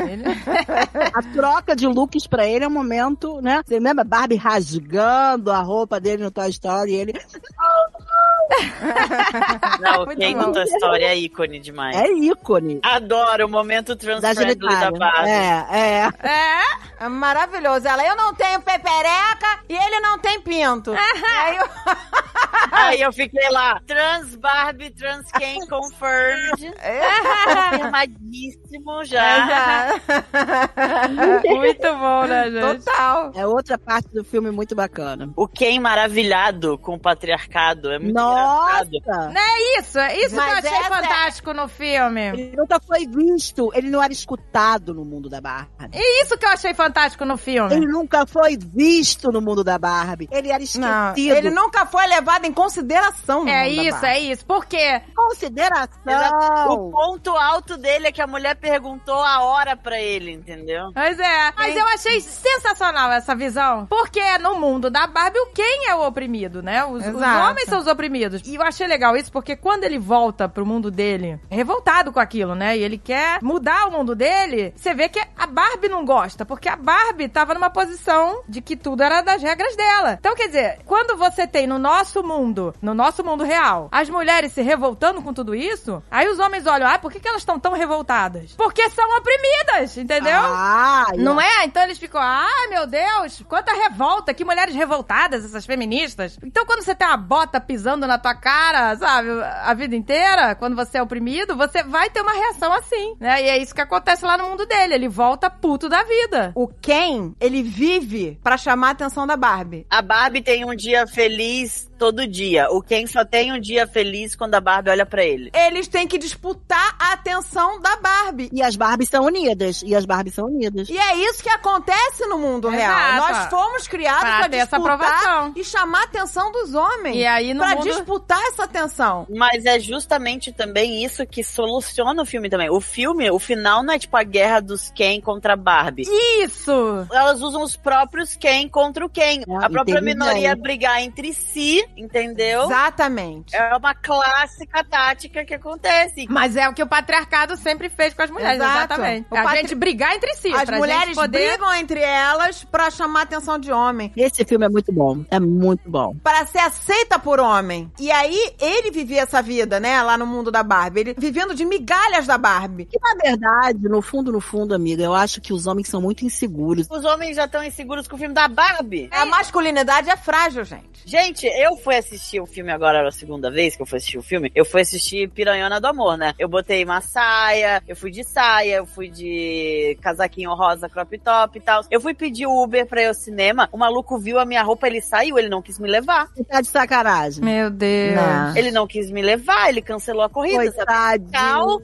S3: A troca de looks pra ele é um momento, né? Você lembra Barbie rasgando a roupa dele no Toy Story e ele...
S4: Não, o
S1: Muito
S4: Ken
S1: bom.
S4: no Toy Story é ícone demais.
S3: É ícone.
S4: Adoro o momento
S3: Da
S4: trans-friendly da
S3: genitália.
S4: Barbie.
S2: É maravilhoso. Ela, eu não tenho pepereca e ele não tem pinto. Aí eu...
S4: Aí eu fiquei lá, trans Barbie, trans Ken confirmed. Confirmadíssimo já.
S1: Muito bom, né, gente?
S2: Total.
S3: É outra parte do filme muito bacana.
S4: O Ken maravilhado com o patriarcado. É muito engraçado.
S3: Nossa!
S1: É isso que eu
S2: Mas
S1: achei
S2: essa
S1: fantástico no filme.
S3: Ele nunca foi visto, ele não era escutado no mundo da Barbie.
S1: E isso que eu achei fantástico no filme.
S3: Ele nunca foi visto no mundo da Barbie. Ele era esquecido.
S2: Não, ele nunca foi levado em consideração no
S1: É
S2: mundo da
S1: isso,
S2: Barbie.
S1: é isso. Por quê?
S3: Consideração.
S4: Exato. O ponto alto dele é que a mulher perguntou a hora pra ele, entendeu?
S1: Pois é. Mas eu achei sensacional essa visão. Porque no mundo da Barbie, o quem é o oprimido, né? Os
S2: Exato.
S1: homens são os oprimidos. E eu achei legal isso porque quando ele volta pro mundo dele, revoltado com aquilo, né? E ele quer mudar o mundo dele, você vê que a Barbie não gosta. Porque a Barbie tava numa posição de que tudo era das regras dela. Então, quer dizer, quando você tem no nosso mundo real, as mulheres se revoltando com tudo isso, aí os homens olham, por que elas estão tão revoltadas? Porque são oprimidas, entendeu? Não é? Então eles ficam, meu Deus, quanta revolta, que mulheres revoltadas, essas feministas. Então quando você tem uma bota pisando na tua cara, sabe, a vida inteira, quando você é oprimido, você vai ter uma reação assim, né? E é isso que acontece lá no mundo dele, ele volta puto da vida.
S2: O Ken, ele vive pra chamar a atenção da Barbie.
S4: A Barbie tem um dia feliz todo dia. O Ken só tem um dia feliz quando a Barbie olha pra ele.
S2: Eles têm que disputar a atenção da Barbie.
S3: E as Barbies são unidas.
S2: E é isso que acontece no mundo
S1: Exato.
S2: real. Nós fomos criados pra
S1: ter essa
S2: disputar
S1: aprovação.
S2: e chamar a atenção dos homens.
S1: E aí no
S2: pra
S1: mundo...
S2: disputar essa atenção.
S4: Mas é justamente também isso que soluciona o filme também. O filme, o final não é tipo a guerra dos Ken contra a Barbie.
S1: Isso!
S4: Elas usam os próprios Ken contra o Ken. A própria
S3: inteligente.
S4: minoria brigar entre si, entendeu? entendeu?
S2: Exatamente.
S4: É uma clássica tática que acontece.
S1: Mas é o que o patriarcado sempre fez com as mulheres,
S2: Exato.
S1: exatamente.
S2: O
S1: A gente brigar entre si.
S2: As
S1: pra
S2: mulheres
S1: gente poder...
S2: brigam entre elas pra chamar a atenção de homem.
S3: Esse filme é muito bom. É muito bom.
S2: Para ser aceita por homem. E aí, ele vivia essa vida, né? Lá no mundo da Barbie. Ele vivendo de migalhas da Barbie.
S3: E, na verdade, no fundo, amiga, eu acho que os homens são muito inseguros.
S4: Os homens já estão inseguros com o filme da Barbie.
S2: A masculinidade é frágil, gente.
S4: Gente, eu fui assistir o filme agora, a segunda vez que eu fui assistir o filme, eu fui assistir Piranhona do Amor, né? Eu botei uma saia, eu fui de casaquinho rosa, crop top e tal. Eu fui pedir o Uber pra ir ao cinema, o maluco viu a minha roupa, ele saiu, ele não quis me levar.
S3: Você tá de sacanagem.
S1: Meu Deus.
S2: Não.
S4: Ele não quis me levar, ele cancelou a corrida.
S3: Coitadinho.
S4: Tal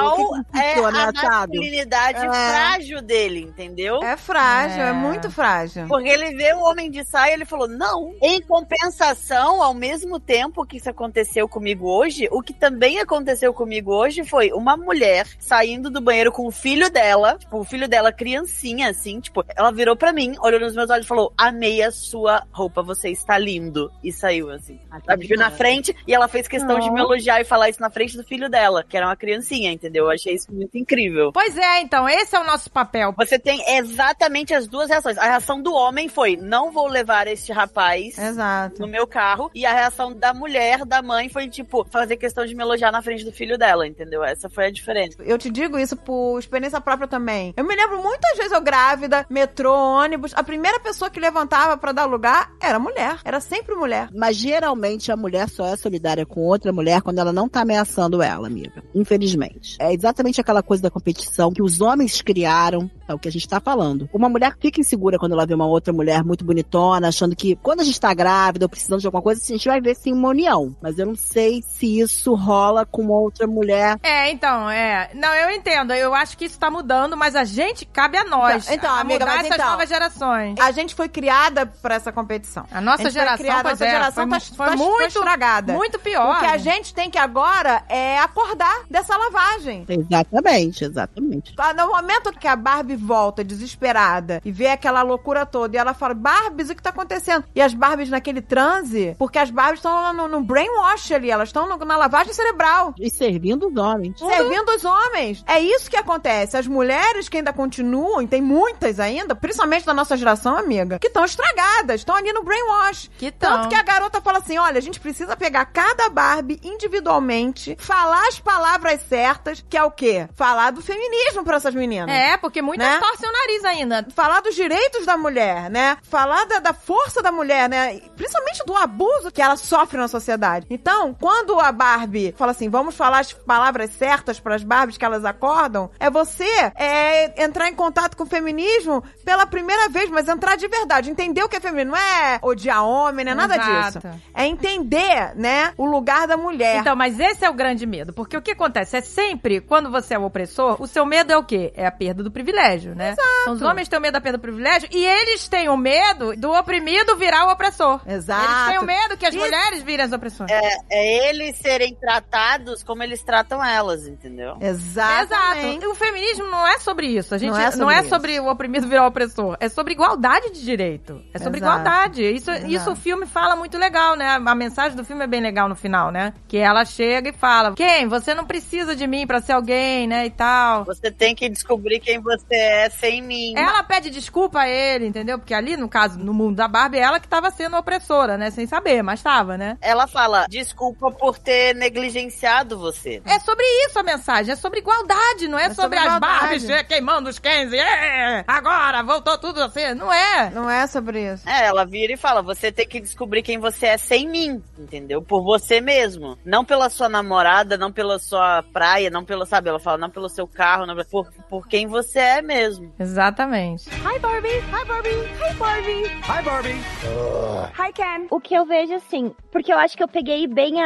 S4: é
S3: ficou,
S4: a
S3: né, achado?
S4: masculinidade frágil dele, entendeu?
S2: É frágil,
S1: É.
S2: é muito frágil.
S4: Porque ele vê o homem de saia e ele falou, não. Em compensação, ao mesmo tempo que isso aconteceu comigo hoje, o que também aconteceu comigo hoje foi uma mulher saindo do banheiro com o filho dela, tipo, o filho dela criancinha, assim, tipo, ela virou pra mim, olhou nos meus olhos e falou, amei a sua roupa, você está lindo. E saiu, assim. Ela viu na frente e ela fez questão de me elogiar e falar isso na frente do filho dela, que era uma criancinha, entendeu? Eu achei isso muito incrível.
S1: Pois é, então, esse é o nosso papel.
S4: Você tem exatamente as duas reações. A reação do homem foi, não vou levar este rapaz
S2: Exato.
S4: no meu carro. E a reação da mulher, da mãe, foi, tipo, fazer questão de me elogiar na frente do filho dela, entendeu? Essa foi a diferença.
S2: Eu te digo isso por experiência própria também. Eu me lembro muitas vezes eu grávida, metrô, ônibus, a primeira pessoa que levantava pra dar lugar era mulher. Era sempre mulher.
S3: Mas geralmente a mulher só é solidária com outra mulher quando ela não tá ameaçando ela, amiga. Infelizmente. É exatamente aquela coisa da competição que os homens criaram, é o que a gente tá falando. Uma mulher fica insegura quando ela vê uma outra mulher muito bonitona, achando que quando a gente tá grávida ou precisando de alguma coisa, a gente vai ver sim uma união. Mas eu não sei se isso rola com outra mulher.
S1: Não, eu entendo. Eu acho que isso tá mudando, mas a gente, cabe a nós.
S2: Então,
S1: a
S2: amiga,
S1: mudar
S2: mas
S1: essas
S2: então,
S1: novas gerações.
S2: A gente foi criada pra essa competição.
S1: A nossa
S2: gente foi
S1: geração,
S2: criada,
S1: pois
S2: nossa
S1: é,
S2: geração
S1: foi muito
S2: estragada.
S1: Muito pior.
S2: O que a
S1: né?
S2: gente tem que agora é acordar dessa lavagem.
S3: Exatamente.
S2: No momento que a Barbie volta desesperada e vê aquela loucura toda e ela fala, Barbies, o que tá acontecendo? E as Barbies naquele transe, porque as Barbies estão no brainwash ali, elas estão na lavagem cerebral.
S3: E servindo os homens.
S2: Servindo os homens. É isso que acontece. As mulheres que ainda continuam, e tem muitas ainda, principalmente da nossa geração, amiga, que estão estragadas, estão ali no brainwash. Tanto que a garota fala assim, olha, a gente precisa pegar cada Barbie individualmente, falar as palavras certas, que é o quê? Falar do feminismo pra essas meninas.
S1: É, porque muitas
S2: Né?
S1: torcem o nariz ainda.
S2: Falar dos direitos da mulher, né? Falar da força da mulher, né? E principalmente do abuso que ela sofre na sociedade. Então, quando a Barbie fala assim, vamos falar as palavras certas pras Barbies que elas acordam, é você entrar em contato com o feminismo pela primeira vez, mas entrar de verdade. Entender o que é feminismo. Não é odiar homem, não é nada
S1: Exato.
S2: disso. É entender, né, o lugar da mulher.
S1: Então, mas esse é o grande medo. Porque o que acontece? É sempre, quando você é o opressor, o seu medo é o quê? É a perda do privilégio, né?
S2: Exato.
S1: Então, os homens têm o medo da perda do privilégio e eles têm o medo do oprimido virar o opressor.
S2: Exato.
S1: Eles têm o medo que as
S2: Isso.
S1: mulheres virem as opressões.
S4: É eles serem tratados como eles tratam elas, entendeu?
S2: Exatamente.
S1: Exato. O feminismo não é sobre isso. A gente
S2: Não é sobre
S1: sobre o oprimido virar o opressor. É sobre igualdade de direito. É sobre
S2: Exato.
S1: igualdade. Isso o filme fala muito legal, né? A mensagem do filme é bem legal no final, né? Que ela chega e fala, você não precisa de mim pra ser alguém, né? E tal.
S4: Você tem que descobrir quem você é sem mim.
S1: Ela pede desculpa a ele, entendeu? Porque ali, no caso, no mundo da Barbie, ela que tava sendo opressora, né? Sem saber, mas tava, né?
S4: Ela fala, desculpa por ter negligenciado você.
S1: É sobre isso a mensagem, é sobre igualdade, não é, sobre as
S2: igualdade.
S1: Barbies queimando os Kens e agora voltou tudo assim. Não é.
S2: Não é sobre isso.
S4: Ela vira e fala, você tem que descobrir quem você é sem mim, entendeu? Por você mesmo. Não pela sua namorada, não pela sua praia, não pela, sabe? Ela fala, não pelo seu carro, não, por quem você é mesmo.
S1: Exatamente.
S5: Hi, Barbie. Hi, Barbie. Hi, Barbie.
S7: Hi, Barbie.
S5: Hi, Ken. O que eu vejo, assim, porque eu acho que eu peguei bem a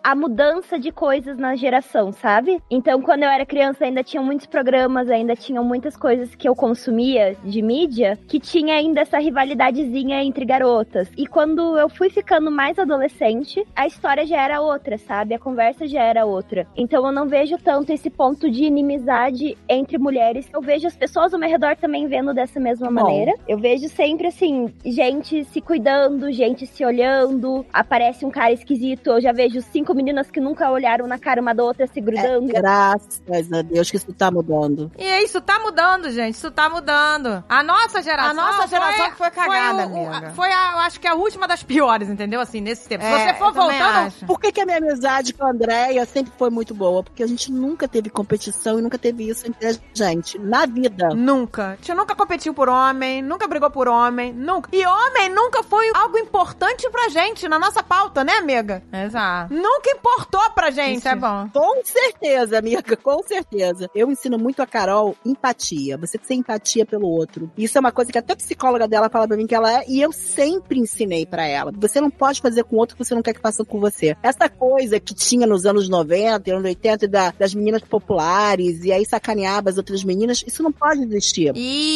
S5: a mudança de coisas na geração, sabe? Então, quando eu era criança, ainda tinha muitos programas, ainda tinham muitas coisas que eu consumia de mídia, que tinha ainda essa rivalidadezinha entre garotas. E quando eu fui ficando mais adolescente, a história já era outra, sabe? A conversa já era outra. Então, eu não vejo tanto esse ponto de inimizade entre mulheres. Eu vejo as pessoas ao meu redor também vendo dessa mesma maneira. Eu vejo sempre, assim, gente se cuidando, gente se olhando. Aparece um cara esquisito, eu já vejo 5 meninas que nunca olharam na cara uma da outra se grudando.
S3: Graças a Deus que isso tá mudando.
S1: E isso tá mudando, gente. Isso tá mudando. A nossa geração
S2: que foi cagada, amiga.
S1: Foi, eu acho que a última das piores, entendeu? Assim, nesse tempo. Se você for
S2: eu também
S1: voltando...
S2: acho.
S3: Por que a minha amizade com a Andréia sempre foi muito boa? Porque a gente nunca teve competição e nunca teve isso entre a gente. Na vida.
S2: Nunca. A gente nunca competiu por homem, nunca brigou por homem, nunca. E homem nunca foi algo importante pra gente, na nossa pauta, né, amiga?
S1: Exato.
S2: Nunca importou pra gente.
S1: Isso é bom.
S3: Com certeza, amiga, com certeza. Eu ensino muito a Carol empatia. Você ter empatia pelo outro. Isso é uma coisa que até a psicóloga dela fala pra mim que ela é, e eu sempre ensinei pra ela. Você não pode fazer com o outro o que você não quer que faça com você. Essa coisa que tinha nos anos 90, anos 80, das meninas populares, e aí sacaneava as outras meninas, isso não pode existir.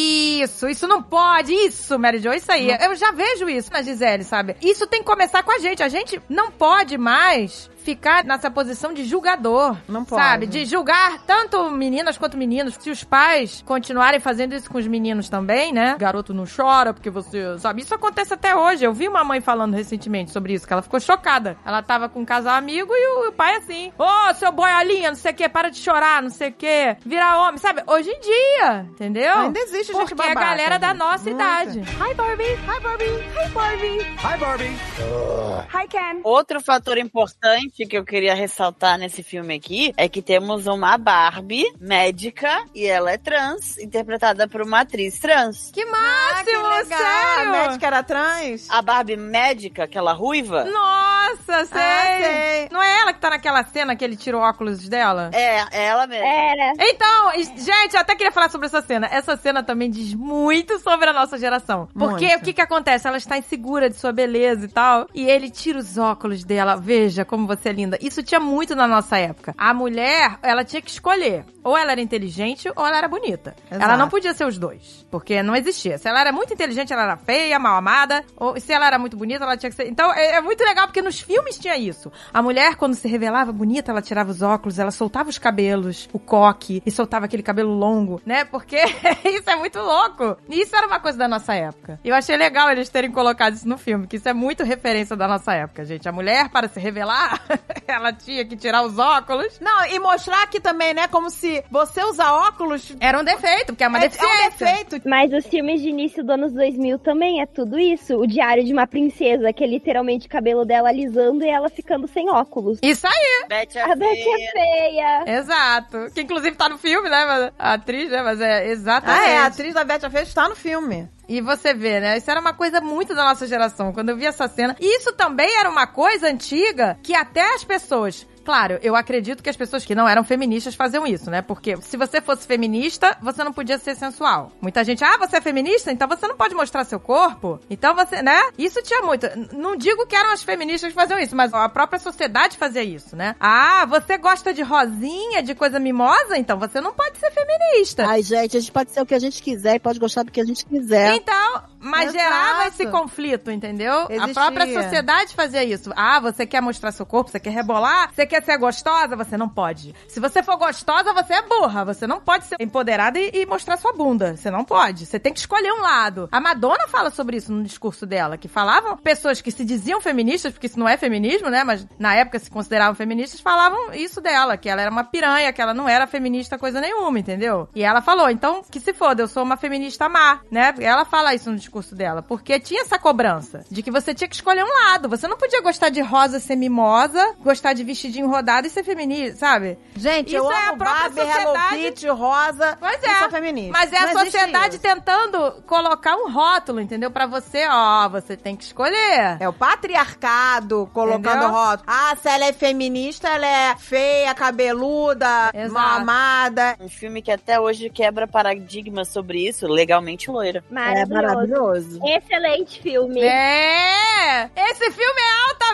S1: Isso não pode. Isso, Mary Jo, isso aí. Eu já vejo isso na Gisele, sabe? Isso tem que começar com a gente. A gente não pode mais ficar nessa posição de julgador.
S2: Não pode.
S1: Sabe? De julgar tanto meninas quanto meninos. Se os pais continuarem fazendo isso com os meninos também, né? Garoto não chora porque você... Sabe? Isso acontece até hoje. Eu vi uma mãe falando recentemente sobre isso, que ela ficou chocada. Ela tava com um casal amigo e o pai assim, ô, seu boiolinha, não sei o que, para de chorar, não sei o que, virar homem, sabe? Hoje em dia, entendeu?
S2: Ainda existe gente
S1: porque
S2: babaca,
S1: a galera
S2: gente.
S1: da nossa
S2: Muita.
S1: idade.
S5: Hi, Barbie! Hi, Barbie! Hi, Barbie!
S7: Hi, Barbie.
S5: Hi, Ken!
S4: Outro fator importante que eu queria ressaltar nesse filme aqui é que temos uma Barbie médica e ela é trans, interpretada por uma atriz trans.
S1: Que máximo,
S2: Que legal.
S1: sério?
S2: A médica era trans?
S4: A Barbie médica, aquela ruiva,
S1: Nossa, sei.
S2: sei.
S1: Não é ela que tá naquela cena que ele tira o óculos dela?
S4: é ela mesma.
S5: Era.
S1: Então, gente, eu até queria falar sobre essa cena. Essa cena também diz muito sobre a nossa geração. Porque
S2: Muito.
S1: o que acontece? Ela está insegura de sua beleza e tal, e ele tira os óculos dela. Veja como você é linda. Isso tinha muito na nossa época. A mulher, ela tinha que escolher. Ou ela era inteligente ou ela era bonita.
S2: Exato.
S1: Ela não podia ser os dois. Porque não existia. Se ela era muito inteligente, ela era feia, mal amada. Ou se ela era muito bonita, ela tinha que ser... Então, é muito legal porque nos filmes tinha isso. A mulher, quando se revelava bonita, ela tirava os óculos, ela soltava os cabelos, o coque, e soltava aquele cabelo longo, né? Porque isso é muito louco. E isso era uma coisa da nossa época. E eu achei legal eles terem colocado isso no filme, que isso é muito referência da nossa época, gente. A mulher, para se revelar, ela tinha que tirar os óculos.
S2: Não, e mostrar aqui também, né, como se você usar óculos
S1: Era um defeito, porque é uma deficiência.
S2: é um defeito.
S5: Mas os filmes de início do anos 2000 também é tudo isso. O Diário de uma Princesa, que é literalmente o cabelo dela alisando e ela ficando sem óculos.
S1: Isso aí,
S4: Betty
S5: A Betty é feia.
S1: exato. Que inclusive tá no filme, né? Mas a atriz, né? Mas é exatamente.
S2: A atriz da Betty a Feia está no filme.
S1: E você vê, né? Isso era uma coisa muito da nossa geração. Quando eu vi essa cena. E isso também era uma coisa antiga que até as pessoas... Claro, eu acredito que as pessoas que não eram feministas faziam isso, né? Porque se você fosse feminista, você não podia ser sensual. Muita gente, você é feminista? Então você não pode mostrar seu corpo? Então você, né? Isso tinha muito. Não digo que eram as feministas que faziam isso, mas a própria sociedade fazia isso, né? Você gosta de rosinha, de coisa mimosa? Então você não pode ser feminista.
S3: Ai, gente, a gente pode ser o que a gente quiser e pode gostar do que a gente quiser.
S1: Então, mas
S2: Exato.
S1: gerava esse conflito, entendeu?
S2: Existia.
S1: A própria sociedade fazia isso. Você quer mostrar seu corpo, você quer rebolar, você quer ser gostosa, você não pode. Se você for gostosa, você é burra. Você não pode ser empoderada e mostrar sua bunda. Você não pode. Você tem que escolher um lado. A Madonna fala sobre isso no discurso dela, que falavam pessoas que se diziam feministas, porque isso não é feminismo, né? Mas na época se consideravam feministas, falavam isso dela, que ela era uma piranha, que ela não era feminista coisa nenhuma, entendeu? E ela falou, então, que se foda, eu sou uma feminista má, né? Ela fala isso no discurso dela, porque tinha essa cobrança de que você tinha que escolher um lado. Você não podia gostar de rosa, ser mimosa, gostar de vestidinho rodado e ser feminista, sabe?
S2: Gente,
S1: Isso
S2: eu
S1: é a
S2: amo
S1: própria
S2: Barbie, Hello
S1: sociedade.
S2: Kitty, rosa.
S1: Pois
S2: Eu sou feminista.
S1: Mas é
S2: Não
S1: a
S2: existe
S1: sociedade
S2: isso.
S1: tentando colocar um rótulo, entendeu? Pra você, você tem que escolher.
S2: É o patriarcado colocando
S1: Entendeu?
S2: rótulo. Se ela é feminista, ela é feia, cabeluda,
S1: Exato.
S2: mal amada.
S4: Um filme que até hoje quebra paradigmas sobre isso, Legalmente Loira.
S3: É maravilhoso.
S5: Excelente filme.
S1: Esse filme é altamente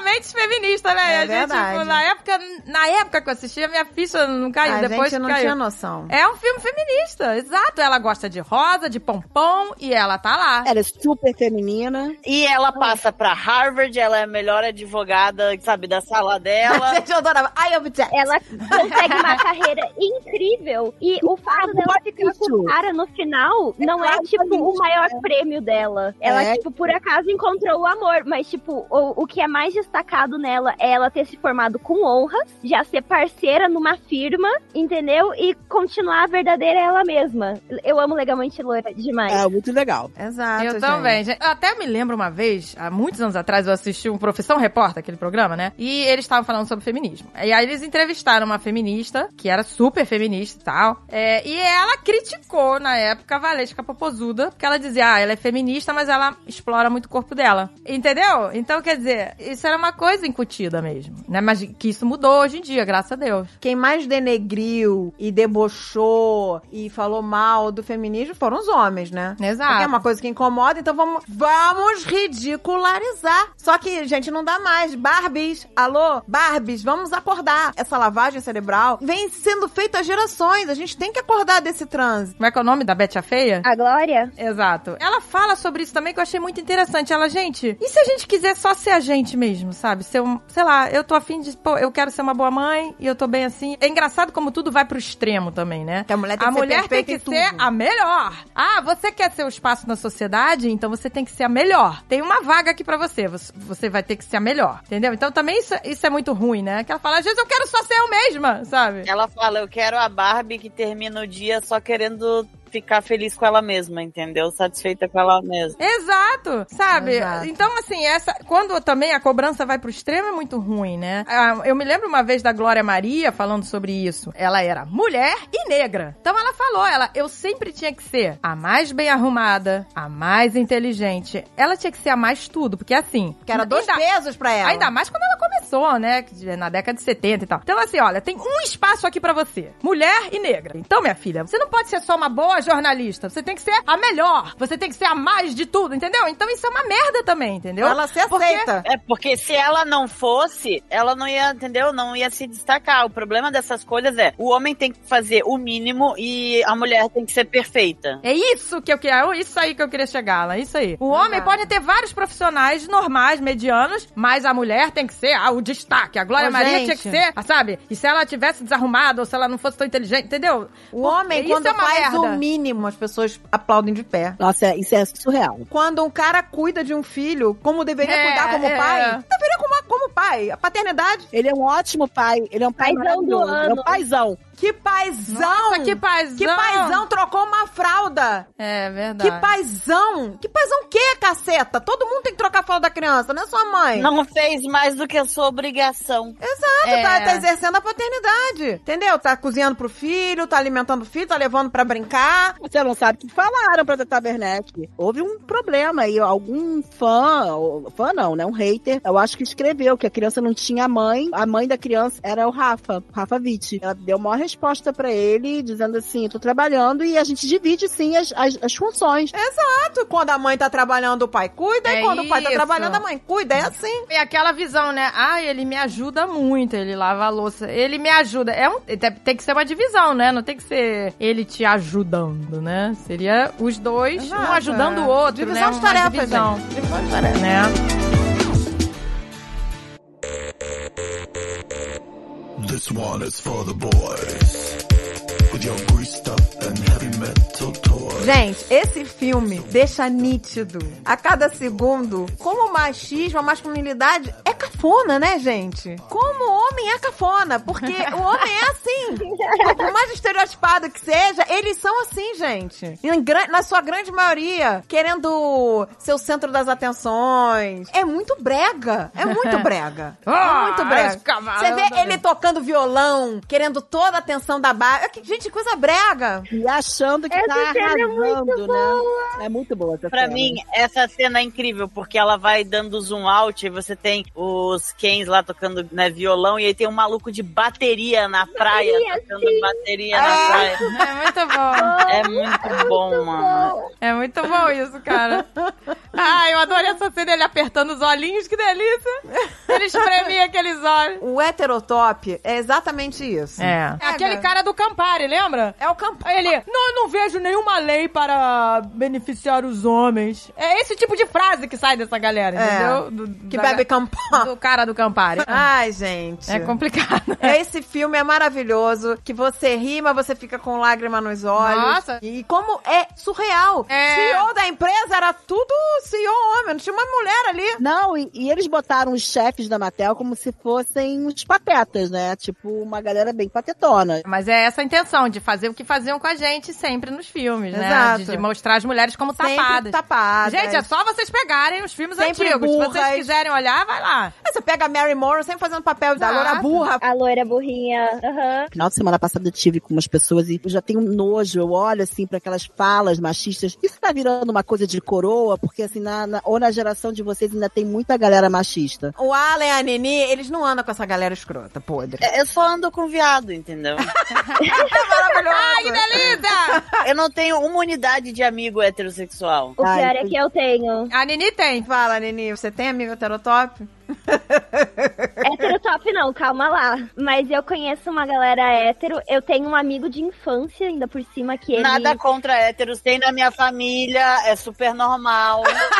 S1: extremamente feminista, né?
S2: É
S1: A gente,
S2: verdade.
S1: tipo, na época que eu assisti, a minha ficha não caiu.
S2: A
S1: Depois
S2: gente não
S1: caiu.
S2: tinha noção.
S1: É um filme feminista, exato. Ela gosta de rosa, de pompom e ela tá lá.
S3: Ela é super feminina.
S4: E ela passa pra Harvard, ela é a melhor advogada, sabe, da sala dela.
S2: Gente, eu adorava. I object.
S5: Ela consegue uma carreira incrível. E o fato dela ficar com o cara no final não é, tipo, o maior prêmio dela. Ela, tipo, por acaso encontrou o amor. Mas, tipo, o que é mais destacado nela é ela ter se formado com honras, já ser parceira numa firma, entendeu? E continuar a verdadeira ela mesma. Eu amo Legalmente Loira demais.
S3: É muito legal.
S2: Exato,
S1: Eu também, gente. Eu até me lembro uma vez, há muitos anos atrás, eu assisti um Profissão Repórter, aquele programa, né? E eles estavam falando sobre feminismo. E aí eles entrevistaram uma feminista, que era super feminista e tal. E ela criticou, na época, a Valesca Popozuda, porque ela dizia, ela é feminista, mas ela explora muito o corpo dela. Entendeu? Então, quer dizer, isso era uma coisa incutida mesmo, né? Mas que isso mudou hoje em dia, graças a Deus.
S2: Quem mais denegriu e debochou e falou mal do feminismo foram os homens, né?
S1: Exato.
S2: Porque é uma coisa que incomoda, então vamos ridicularizar. Só que, gente, não dá mais. Barbies, alô? Barbies, vamos acordar. Essa lavagem cerebral vem sendo feita há gerações. A gente tem que acordar desse transe.
S1: Como é que é o nome da Betty a Feia?
S5: A Glória?
S1: Exato. Ela fala sobre isso também, que eu achei muito interessante. Ela, gente, e se a gente quiser só ser a gente mesmo, sabe? Ser sei lá, eu tô afim de, eu quero ser uma boa mãe e eu tô bem assim. É engraçado como tudo vai pro extremo também, né?
S2: Que a mulher tem que ser
S1: tem
S2: perfeita
S1: que
S2: em tudo.
S1: ser a melhor. Ah, você quer seu espaço na sociedade? Então você tem que ser a melhor. Tem uma vaga aqui pra você. Você vai ter que ser a melhor, entendeu? Então também isso é muito ruim, né? Que ela fala, às vezes eu quero só ser eu mesma, sabe?
S4: Ela fala, eu quero a Barbie que termina o dia só querendo ficar feliz com ela mesma, entendeu? Satisfeita com ela mesma.
S1: Exato, sabe?
S2: Exato.
S1: Então, assim, quando também a cobrança vai pro extremo é muito ruim, né? Eu me lembro uma vez da Glória Maria falando sobre isso. Ela era mulher e negra. Então ela falou, eu sempre tinha que ser a mais bem arrumada, a mais inteligente. Ela tinha que ser a mais tudo, porque assim...
S2: Que era 2 pesos pra ela.
S1: Ainda mais quando ela começou, né? Na década de 70 e tal. Então, assim, olha, tem um espaço aqui pra você. Mulher e negra. Então, minha filha, você não pode ser só uma boa jornalista. Você tem que ser a melhor. Você tem que ser a mais de tudo, entendeu? Então, isso é uma merda também, entendeu?
S2: Ela se aceita.
S4: Porque se ela não fosse, ela não ia, entendeu? Não ia se destacar. O problema dessas coisas o homem tem que fazer o mínimo e a mulher tem que ser perfeita.
S1: É isso que eu queria, isso aí que eu queria chegar lá, isso aí. O homem pode ter vários profissionais normais, medianos, mas a mulher tem que ser o destaque. A Glória Maria tinha que ser, sabe? E se ela tivesse desarrumada ou se ela não fosse tão inteligente, entendeu?
S2: O homem, quando faz o mínimo, as pessoas aplaudem de pé.
S3: Nossa, isso é surreal.
S2: Quando um cara cuida de um filho, como deveria cuidar como pai, deveria como pai. A paternidade.
S3: Ele é um ótimo pai. Ele é um pai maravilhoso. Ele é um paizão.
S2: Que paizão!
S1: Nossa, que paizão!
S2: Que paizão trocou uma fralda!
S1: É verdade.
S2: Que paizão! Que paizão o quê, caceta? Todo mundo tem que trocar a fralda da criança, não é sua mãe.
S4: Não fez mais do que a sua obrigação.
S2: Exato, tá exercendo a paternidade. Entendeu? Tá cozinhando pro filho, tá alimentando o filho, tá levando pra brincar.
S3: Você não sabe o que falaram pra Tata Werneck. Houve um problema aí, algum fã não, né? Um hater, eu acho que escreveu que a criança não tinha mãe, a mãe da criança era o Rafa Witt. Ela deu uma resposta pra ele, dizendo assim, tô trabalhando e a gente divide, sim, as funções.
S2: Exato. Quando a mãe tá trabalhando, o pai cuida, e quando o pai tá trabalhando, a mãe cuida. É assim.
S1: E aquela visão, né? Ele me ajuda muito, ele lava a louça, ele me ajuda. Tem que ser uma divisão, né? Não tem que ser ele te ajudando, né? Seria os dois, um ajudando o outro,
S2: divisão
S1: né?
S2: de tarefas,
S1: divisão.
S2: gente. Divisão de tarefas.
S1: Né?
S7: This one is for the boys. With your greased up and heavy metal toys.
S2: Gente, esse filme deixa nítido a cada segundo como o machismo, a masculinidade é cafona, né, gente? Como o homem é cafona, porque o homem é assim. Por mais estereotipado que seja, eles são assim, gente. Na sua grande maioria, querendo ser o centro das atenções. É muito brega. É muito brega. É muito brega. Você vê ele tocando violão, querendo toda a atenção da barra. Gente, coisa brega.
S3: E achando que tá arrasando, né? É muito boa essa
S4: pra
S3: cena.
S4: mim, essa cena é incrível, porque ela vai dando zoom out e você tem os Kens lá tocando, né, violão, e aí tem um maluco de bateria na praia, tocando bateria na praia.
S1: É muito bom.
S4: É muito bom, mano.
S1: É muito bom isso, cara. Ai, eu adorei essa cena, ele apertando os olhinhos, que delícia. Ele espremia aqueles olhos.
S2: O heterotop é exatamente isso.
S1: É aquele cara do Campari, lembra?
S2: É o Campari.
S1: Ele, não vejo nenhuma lei para beneficiar os homens. É esse tipo de frase que sai dessa galera, entendeu?
S2: Que bebe Campari.
S1: Do cara do Campari.
S2: Ai, gente.
S1: É complicado.
S2: Esse filme é maravilhoso, que você ri, mas você fica com lágrima nos olhos.
S1: Nossa.
S2: E como é surreal.
S1: É.
S2: CEO da empresa era tudo CEO homem, não tinha uma mulher ali.
S3: Não, e eles botaram os chefes da Mattel como se fossem uns patetas, né? Tipo, uma galera bem patetona.
S1: Mas é essa a intenção, de fazer o que faziam com a gente sempre nos filmes,
S2: Exato.
S1: né? De mostrar as mulheres como
S2: Sempre
S1: tapadas.
S2: tapadas.
S1: Gente, é só vocês pegarem os filmes
S2: Sempre
S1: antigos. Se vocês
S2: burras.
S1: quiserem olhar, vai lá.
S2: Aí você pega a Mary Monroe sempre fazendo papel da loura burra.
S5: A loira burrinha. Aham.
S3: Final de semana passada eu tive com umas pessoas e eu já tenho um nojo, eu olho assim pra aquelas falas machistas. Isso tá virando uma coisa de coroa, porque assim, ou na geração de vocês ainda tem muita galera machista.
S2: O Alan e a Nini, eles não andam com essa galera escrota, podre.
S4: Eu só ando com viado, entendeu?
S2: Maravilhoso.
S1: Ai, que delícia!
S4: Eu não tenho uma unidade de amigo heterossexual.
S5: O pior é que eu tenho.
S1: A Nini tem.
S2: Fala, Nini, você tem amigo heterotop?
S5: Hétero top não, calma lá. Mas eu conheço uma galera hétero. Eu tenho um amigo de infância, ainda por cima, que ele...
S4: Nada contra héteros, tem na minha família, é super normal.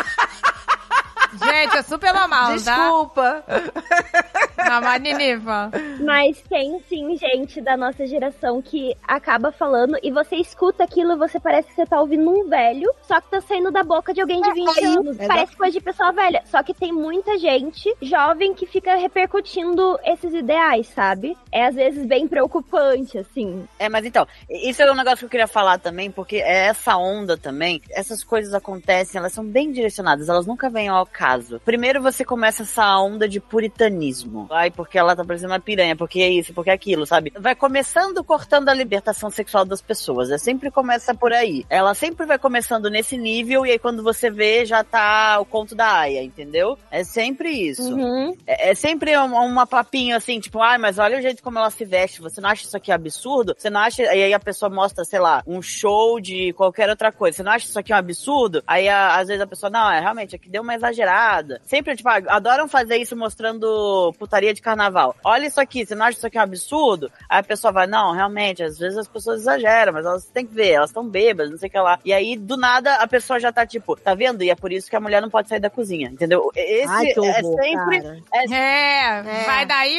S1: Gente, é super normal,
S2: Desculpa.
S1: tá? Não, mas Nini, fala.
S5: Mas tem sim gente da nossa geração que acaba falando e você escuta aquilo e você parece que você tá ouvindo um velho, só que tá saindo da boca de alguém de 20 anos. Parece coisa de pessoa velha. Só que tem muita gente jovem que fica repercutindo esses ideais, sabe? É às vezes bem preocupante, assim.
S4: Mas então, isso é um negócio que eu queria falar também, porque é essa onda também, essas coisas acontecem, elas são bem direcionadas, elas nunca vêm ao caso. Primeiro você começa essa onda de puritanismo. Ai, porque ela tá parecendo uma piranha, porque é isso, porque é aquilo, sabe? Vai começando cortando a libertação sexual das pessoas. Sempre começa por aí. Ela sempre vai começando nesse nível e aí quando você vê, já tá o conto da Aya, entendeu? É sempre isso.
S5: Uhum.
S4: É sempre uma papinho assim, tipo, ai, mas olha o jeito como ela se veste. Você não acha isso aqui absurdo? Você não acha... E aí a pessoa mostra, sei lá, um show de qualquer outra coisa. Você não acha isso aqui um absurdo? Aí às vezes a pessoa, não, realmente, aqui deu uma exagerada. Sempre, tipo, adoram fazer isso mostrando putaria de carnaval. Olha isso aqui, você não acha isso aqui um absurdo? Aí a pessoa vai, não, realmente, às vezes as pessoas exageram, mas elas têm que ver, elas estão bêbadas, não sei o que lá. E aí, do nada, a pessoa já tá, tipo, tá vendo? E é por isso que a mulher não pode sair da cozinha, entendeu? Esse
S3: Ai, que horror,
S4: sempre...
S3: cara.
S1: Vai daí,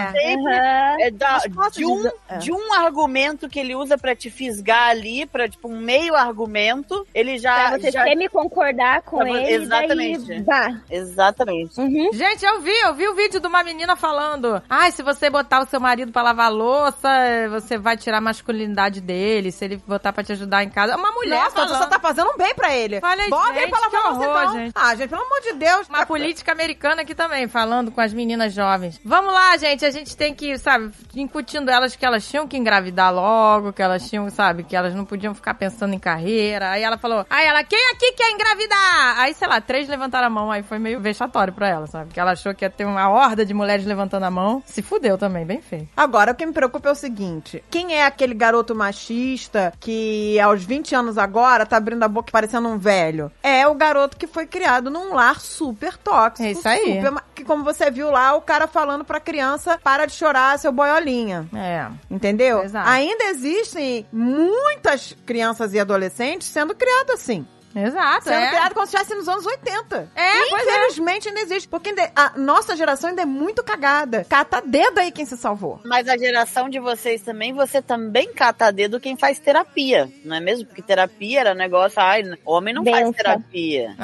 S5: Uhum.
S4: De um argumento que ele usa pra te fisgar ali, pra, tipo, um meio argumento, ele já...
S5: Pra você semi-concordar com ele,
S4: exatamente.
S5: Daí, vá.
S4: Exatamente.
S5: Uhum.
S1: Gente, eu vi o vídeo de uma menina falando, ai, se você botar o seu marido pra lavar louça, você vai tirar a masculinidade dele, se ele botar pra te ajudar em casa. Uma mulher
S2: Nossa, você tá fazendo um bem pra ele.
S1: Falei,
S2: bota
S1: gente,
S2: ele pra lavar
S1: que
S2: louça,
S1: horror,
S2: então.
S1: gente.
S2: Ah, gente, pelo amor de Deus.
S1: Uma política americana aqui também, falando com as meninas jovens. Vamos lá, gente, a gente tem que, sabe, incutindo elas que elas tinham que engravidar logo, que elas tinham, sabe, que elas não podiam ficar pensando em carreira. Aí ela falou, quem aqui quer engravidar? Aí, sei lá, 3 levantaram a mão, aí foi meio vexatório pra ela, sabe? Que ela achou que ia ter uma horda de mulheres levantando a mão. Se fudeu também, bem feio.
S2: Agora, o que me preocupa é o seguinte, quem é aquele garoto machista que aos 20 anos agora tá abrindo a boca parecendo um velho? É o garoto que foi criado num lar super tóxico.
S1: É isso aí.
S2: Que, como você viu lá, o cara falando pra criança, para de chorar, seu boiolinha.
S1: É.
S2: Entendeu?
S1: Exato.
S2: Ainda existem muitas crianças e adolescentes sendo criadas assim.
S1: Exato,
S2: Sendo criado como se estivesse nos anos 80.
S1: Pois é.
S2: Infelizmente ainda existe. Porque a nossa geração ainda é muito cagada. Cata dedo aí quem se salvou.
S4: Mas a geração de vocês também, você também cata dedo quem faz terapia, não é mesmo? Porque terapia era um negócio, homem não faz terapia.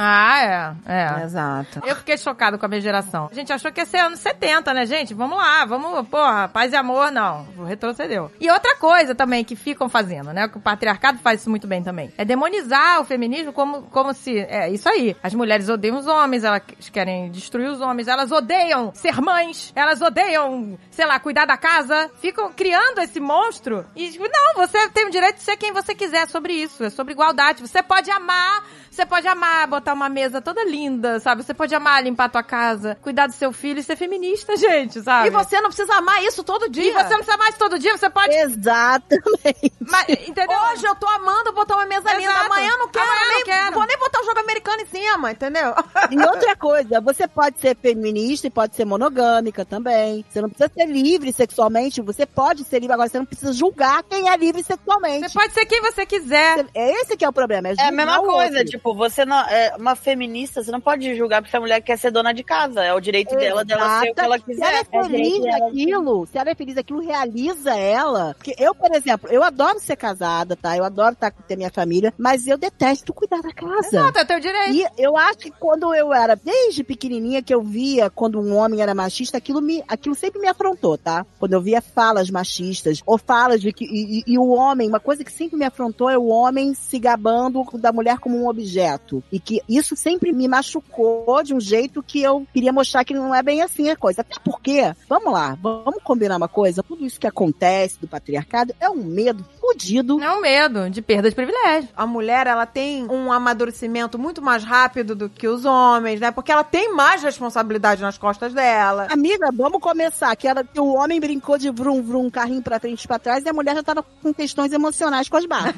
S1: É.
S2: Exato.
S1: Eu fiquei chocado com a minha geração. A gente achou que ia ser anos 70, né, gente? Vamos lá, paz e amor, não. Retrocedeu. E outra coisa também que ficam fazendo, né? Que o patriarcado faz isso muito bem também. É demonizar o feminismo como se... É isso aí. As mulheres odeiam os homens, elas querem destruir os homens, elas odeiam ser mães, elas odeiam, sei lá, cuidar da casa. Ficam criando esse monstro e, não, você tem o direito de ser quem você quiser sobre isso. É sobre igualdade. Você pode amar botar uma mesa toda linda, sabe? Você pode amar limpar a tua casa, cuidar do seu filho e ser feminista, gente, sabe?
S2: E você não precisa amar isso todo dia.
S1: E você não precisa amar isso todo dia, você pode...
S3: Exatamente.
S1: Mas, entendeu?
S2: Hoje eu tô amando botar uma mesa linda, amanhã eu não quero.
S1: Amanhã eu não quero.
S2: Vou nem botar o jogo americano em cima. cima, entendeu?
S3: E outra coisa, você pode ser feminista e pode ser monogâmica também. Você não precisa ser livre sexualmente, você pode ser livre, agora você não precisa julgar quem é livre sexualmente.
S1: Você pode ser quem você quiser.
S3: É esse que é o problema.
S4: É a mesma coisa,
S3: outro.
S4: tipo, você não. É uma feminista, você não pode julgar porque a mulher quer ser dona de casa. É o direito dela ser o que ela
S3: Se ela
S4: quiser.
S3: é feliz naquilo, se ela é feliz naquilo, realiza ela. Porque eu, por exemplo, eu adoro ser casada, tá? Eu adoro ter minha família, mas eu detesto cuidar da casa.
S1: Exato, é teu direito.
S3: E eu acho que quando eu era, desde pequenininha, que eu via quando um homem era machista, aquilo sempre me afrontou, tá? Quando eu via falas machistas, ou falas de que... E o homem, uma coisa que sempre me afrontou é o homem se gabando da mulher como um objeto. E que isso sempre me machucou de um jeito que eu queria mostrar que não é bem assim a coisa. Até porque, vamos lá, vamos combinar uma coisa, tudo isso que acontece do patriarcado é um medo fudido.
S1: É um medo de perda de privilégio.
S2: A mulher, ela tem um amadurecimento muito mais rápido do que os homens, né? Porque ela tem mais responsabilidade nas costas dela.
S3: Amiga, vamos começar. Que o homem brincou de vrum, vrum, carrinho pra frente e pra trás, e a mulher já tava com questões emocionais com as barras.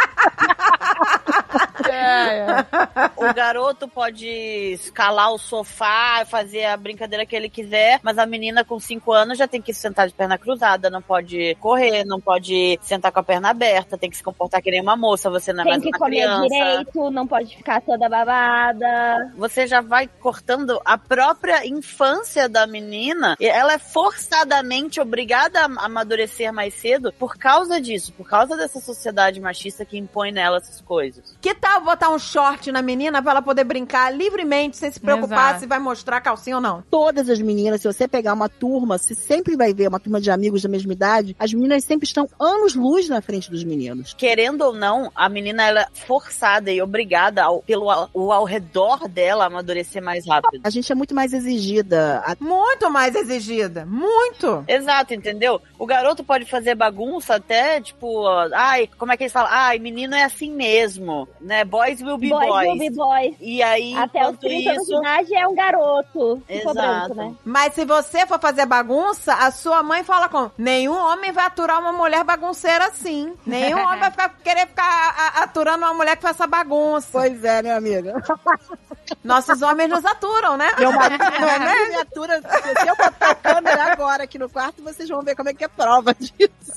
S4: O garoto pode escalar o sofá, fazer a brincadeira que ele quiser, mas a menina com 5 anos já tem que sentar de perna cruzada, não pode correr, não pode sentar com a perna aberta, tem que se comportar que nem uma moça, você não é mais uma criança.
S5: Tem que comer direito, não pode ficar toda babada.
S4: Você já vai cortando a própria infância da menina, e ela é forçadamente obrigada a amadurecer mais cedo por causa disso, por causa dessa sociedade machista que impõe nela essas coisas.
S2: Que tal botar um short na menina pra ela poder brincar livremente, sem se preocupar
S1: Exato.
S2: se vai mostrar a calcinha ou não?
S3: Todas as meninas, se você pegar uma turma, você sempre vai ver uma turma de amigos da mesma idade, as meninas sempre estão anos-luz na frente dos meninos.
S4: Querendo ou não, a menina ela é forçada e obrigada ao redor dela a amadurecer mais rápido.
S3: A gente é muito mais exigida.
S2: Muito mais exigida. Muito.
S4: Exato, entendeu? O garoto pode fazer bagunça até, tipo, ai, como é que eles falam? Ai, menino é assim mesmo, né? Boys will be boys.
S5: Boys will be boys.
S4: E aí,
S5: Até os
S4: enquanto
S5: 30 anos de
S4: isso...
S5: idade é um garoto. Se for
S4: Exato.
S5: branco, né?
S2: Mas se você for fazer bagunça, a sua mãe fala como: nenhum homem vai aturar uma mulher bagunceira assim. Nenhum homem vai querer ficar aturando uma mulher que faz essa bagunça.
S3: Pois é, né, amiga?
S2: Nossos homens nos aturam, né?
S3: Meu marido me atura. Se eu botar a câmera agora aqui no quarto, vocês vão ver como é que é prova disso.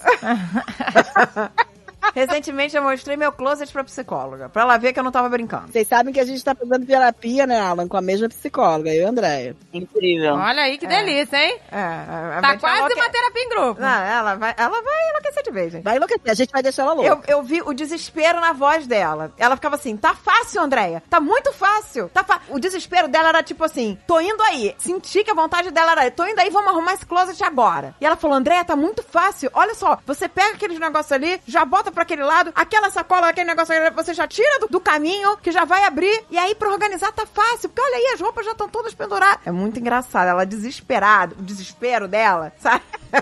S2: Recentemente eu mostrei meu closet pra psicóloga, pra ela ver que eu não tava brincando.
S3: Vocês sabem que a gente tá fazendo terapia, né, Alan? Com a mesma psicóloga, eu e a Andréia.
S4: Incrível.
S1: Olha aí que delícia, hein?
S2: A
S1: Tá
S2: Beth
S1: quase
S2: falou que-
S1: uma terapia em grupo.
S2: Não, ela vai enlouquecer de vez, gente.
S3: Vai enlouquecer, a gente vai deixar ela louca.
S2: Eu vi o desespero na voz dela. Ela ficava assim: tá fácil, Andréia. Tá muito fácil. O desespero dela era tipo assim: tô indo aí. Senti que a vontade dela era: tô indo aí, vamos arrumar esse closet agora. E ela falou: Andréia, tá muito fácil. Olha só, você pega aqueles negócios ali, já bota pra aquele lado, aquela sacola, aquele negócio ali, você já tira do caminho, que já vai abrir. E aí, pra organizar, tá fácil. Porque olha aí, as roupas já estão todas penduradas. É muito engraçado. Ela desesperada. O desespero dela, sabe?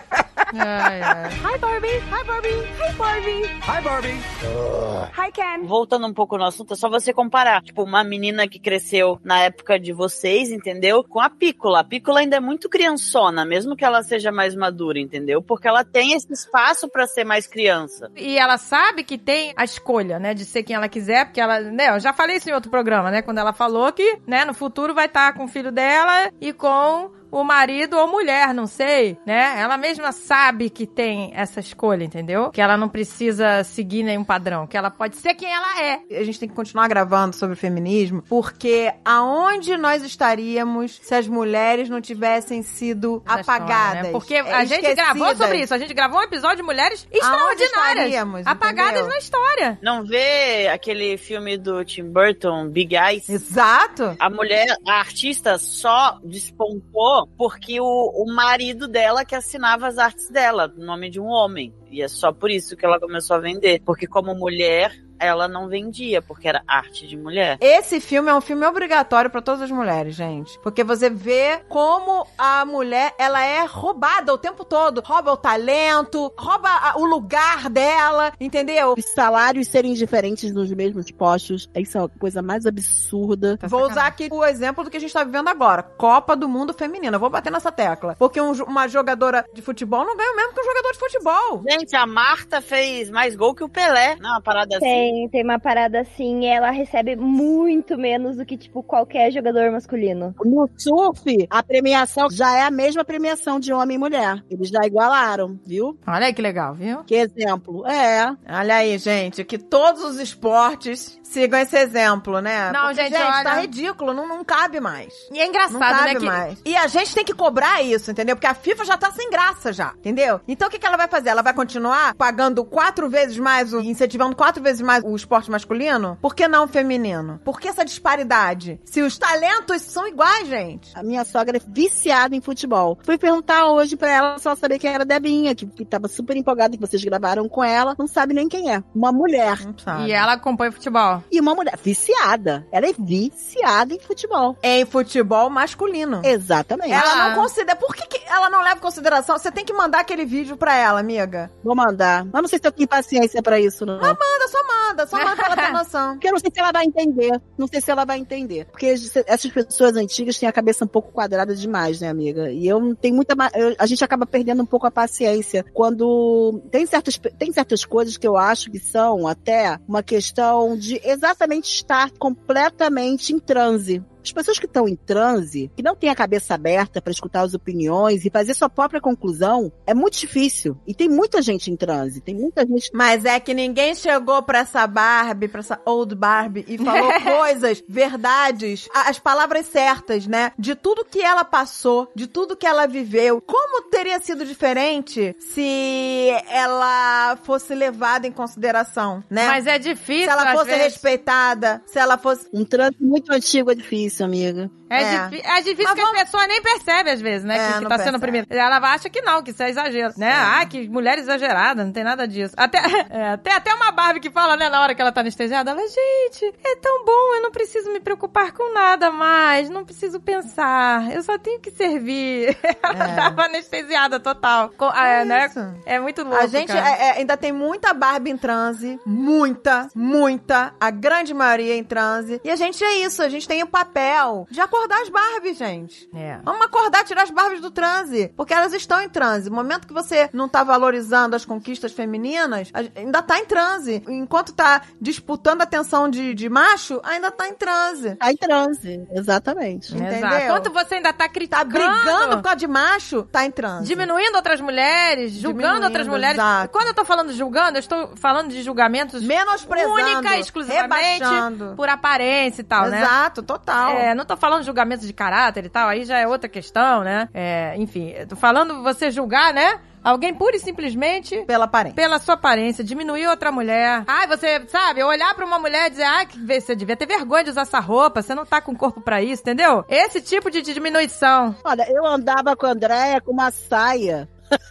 S1: Ai, ai.
S5: Hi, Barbie. Hi, Barbie. Hi, Barbie.
S7: Hi, Barbie.
S5: Hi, Ken.
S4: Voltando um pouco no assunto, é só você comparar. Tipo, uma menina que cresceu na época de vocês, entendeu? Com a Piccola. A Piccola ainda é muito criançona, mesmo que ela seja mais madura, entendeu? Porque ela tem esse espaço pra ser mais criança.
S1: E ela sabe que tem a escolha, né, de ser quem ela quiser, porque ela, né, eu já falei isso em outro programa, né, quando ela falou que, né, no futuro vai estar com o filho dela e com o marido ou mulher, não sei, né? Ela mesma sabe que tem essa escolha, entendeu? Que ela não precisa seguir nenhum padrão, que ela pode ser quem ela é.
S2: A gente tem que continuar gravando sobre o feminismo, porque aonde nós estaríamos se as mulheres não tivessem sido
S1: Da história,
S2: apagadas?
S1: né? Porque a gente
S2: esquecidas?
S1: gravou sobre isso. A gente gravou um episódio de mulheres
S2: Aonde
S1: extraordinárias,
S2: estaríamos,
S1: apagadas
S2: entendeu?
S1: na história.
S4: Não vê aquele filme do Tim Burton, Big Eyes?
S2: Exato.
S4: A mulher, a artista, só despontou porque o marido dela que assinava as artes dela, no nome de um homem. E é só por isso que ela começou a vender. Porque como mulher, ela não vendia, porque era arte de mulher.
S2: Esse filme é um filme obrigatório pra todas as mulheres, gente. Porque você vê como a mulher, ela é roubada o tempo todo. Rouba o talento, rouba o lugar dela, entendeu?
S3: Os salários serem diferentes nos mesmos postos, isso é a coisa mais absurda.
S1: Tá
S2: Vou usar aqui o exemplo do que a gente tá vivendo agora. Copa do Mundo Feminina. Eu vou bater nessa tecla. Porque uma jogadora de futebol não ganha o mesmo que um jogador de futebol.
S4: Gente, a Marta fez mais gol que o Pelé. Não, uma parada assim.
S5: Tem uma parada assim, ela recebe muito menos do que, tipo, qualquer jogador masculino.
S3: No surf, a premiação já é a mesma premiação de homem e mulher. Eles já igualaram, viu?
S1: Olha aí que legal, viu?
S3: Que exemplo.
S2: Olha aí, gente, que todos os esportes sigam esse exemplo, né?
S1: Não,
S2: Porque,
S1: gente, olha...
S2: tá ridículo, não cabe mais.
S1: E é engraçado,
S2: Não cabe
S1: né? Que...
S2: mais. E a gente tem que cobrar isso, entendeu? Porque a FIFA já tá sem graça já, entendeu? Então o que ela vai fazer? Ela vai continuar pagando 4 vezes mais, incentivando 4 vezes mais o esporte masculino? Por que não o feminino? Por que essa disparidade? Se os talentos são iguais, gente.
S3: A minha sogra é viciada em futebol. Fui perguntar hoje pra ela, só saber quem era a Debinha, que tava super empolgada que vocês gravaram com ela. Não sabe nem quem é. Uma mulher.
S2: Não sabe.
S1: E ela acompanha futebol.
S3: E uma mulher viciada. Ela é viciada em futebol.
S2: Em futebol masculino.
S3: Exatamente.
S2: Ela não considera... Por que ela não leva em consideração? Você tem que mandar aquele vídeo pra ela, amiga.
S3: Vou mandar. Mas não sei se eu tenho paciência pra isso, não.
S2: Manda, só manda pra ela ter noção.
S3: Porque eu não sei se ela vai entender. Não sei se ela vai entender. Porque essas pessoas antigas têm a cabeça um pouco quadrada demais, né, amiga? E eu não tenho muita... a gente acaba perdendo um pouco a paciência. Quando... Tem certas coisas que eu acho que são até uma questão de exatamente estar completamente em transe. As pessoas que estão em transe, que não têm a cabeça aberta para escutar as opiniões e fazer sua própria conclusão, é muito difícil. E tem muita gente em transe, tem muita gente...
S2: Mas é que ninguém chegou pra essa Barbie, pra essa old Barbie, e falou coisas, verdades, as palavras certas, né? De tudo que ela passou, de tudo que ela viveu. Como teria sido diferente se ela fosse levada em consideração, né?
S1: Mas é difícil,
S2: se ela
S1: às
S2: fosse
S1: vezes...
S2: respeitada, se ela fosse...
S3: Um transe muito antigo é difícil, amiga.
S1: É difícil que a pessoa nem percebe, às vezes, né? Que tá sendo primeiro. Ela acha que não, que isso é exagero, né? Ah, que mulher exagerada, não tem nada disso. Tem até uma Barbie que fala, né, na hora que ela tá anestesiada, ela, gente, é tão bom, eu não preciso me preocupar com nada mais, não preciso pensar, eu só tenho que servir. Ela tava anestesiada total. Né? É muito louco,
S2: a gente ainda tem muita Barbie em transe, muita, a grande maioria em transe, e a gente é isso, a gente tem o papel de acordar as Barbies, gente. Vamos acordar, tirar as Barbies do transe, porque elas estão em transe. No momento que você não tá valorizando as conquistas femininas, ainda tá em transe. Enquanto tá disputando a atenção de macho, ainda tá em transe.
S3: Tá em transe, exatamente.
S2: Entendeu?
S1: Exato. Enquanto você ainda tá criticando...
S2: Tá brigando por causa de macho, tá em transe.
S1: Diminuindo outras mulheres, julgando outras mulheres.
S2: Exato.
S1: Quando eu tô falando de julgando, eu estou falando de julgamentos
S2: menosprezando,
S1: única e exclusivamente
S2: rebaixando,
S1: por aparência e tal, né?
S2: Exato, total.
S1: Não tô falando de julgamento de caráter e tal, aí já é outra questão, né? Enfim, eu tô falando você julgar, né? Alguém pura e simplesmente...
S2: Pela aparência.
S1: Pela sua aparência. Diminuir outra mulher. Você, sabe, olhar pra uma mulher e dizer, você devia ter vergonha de usar essa roupa, você não tá com corpo pra isso, entendeu? Esse tipo de diminuição.
S3: Olha, eu andava com a Andréia com uma saia.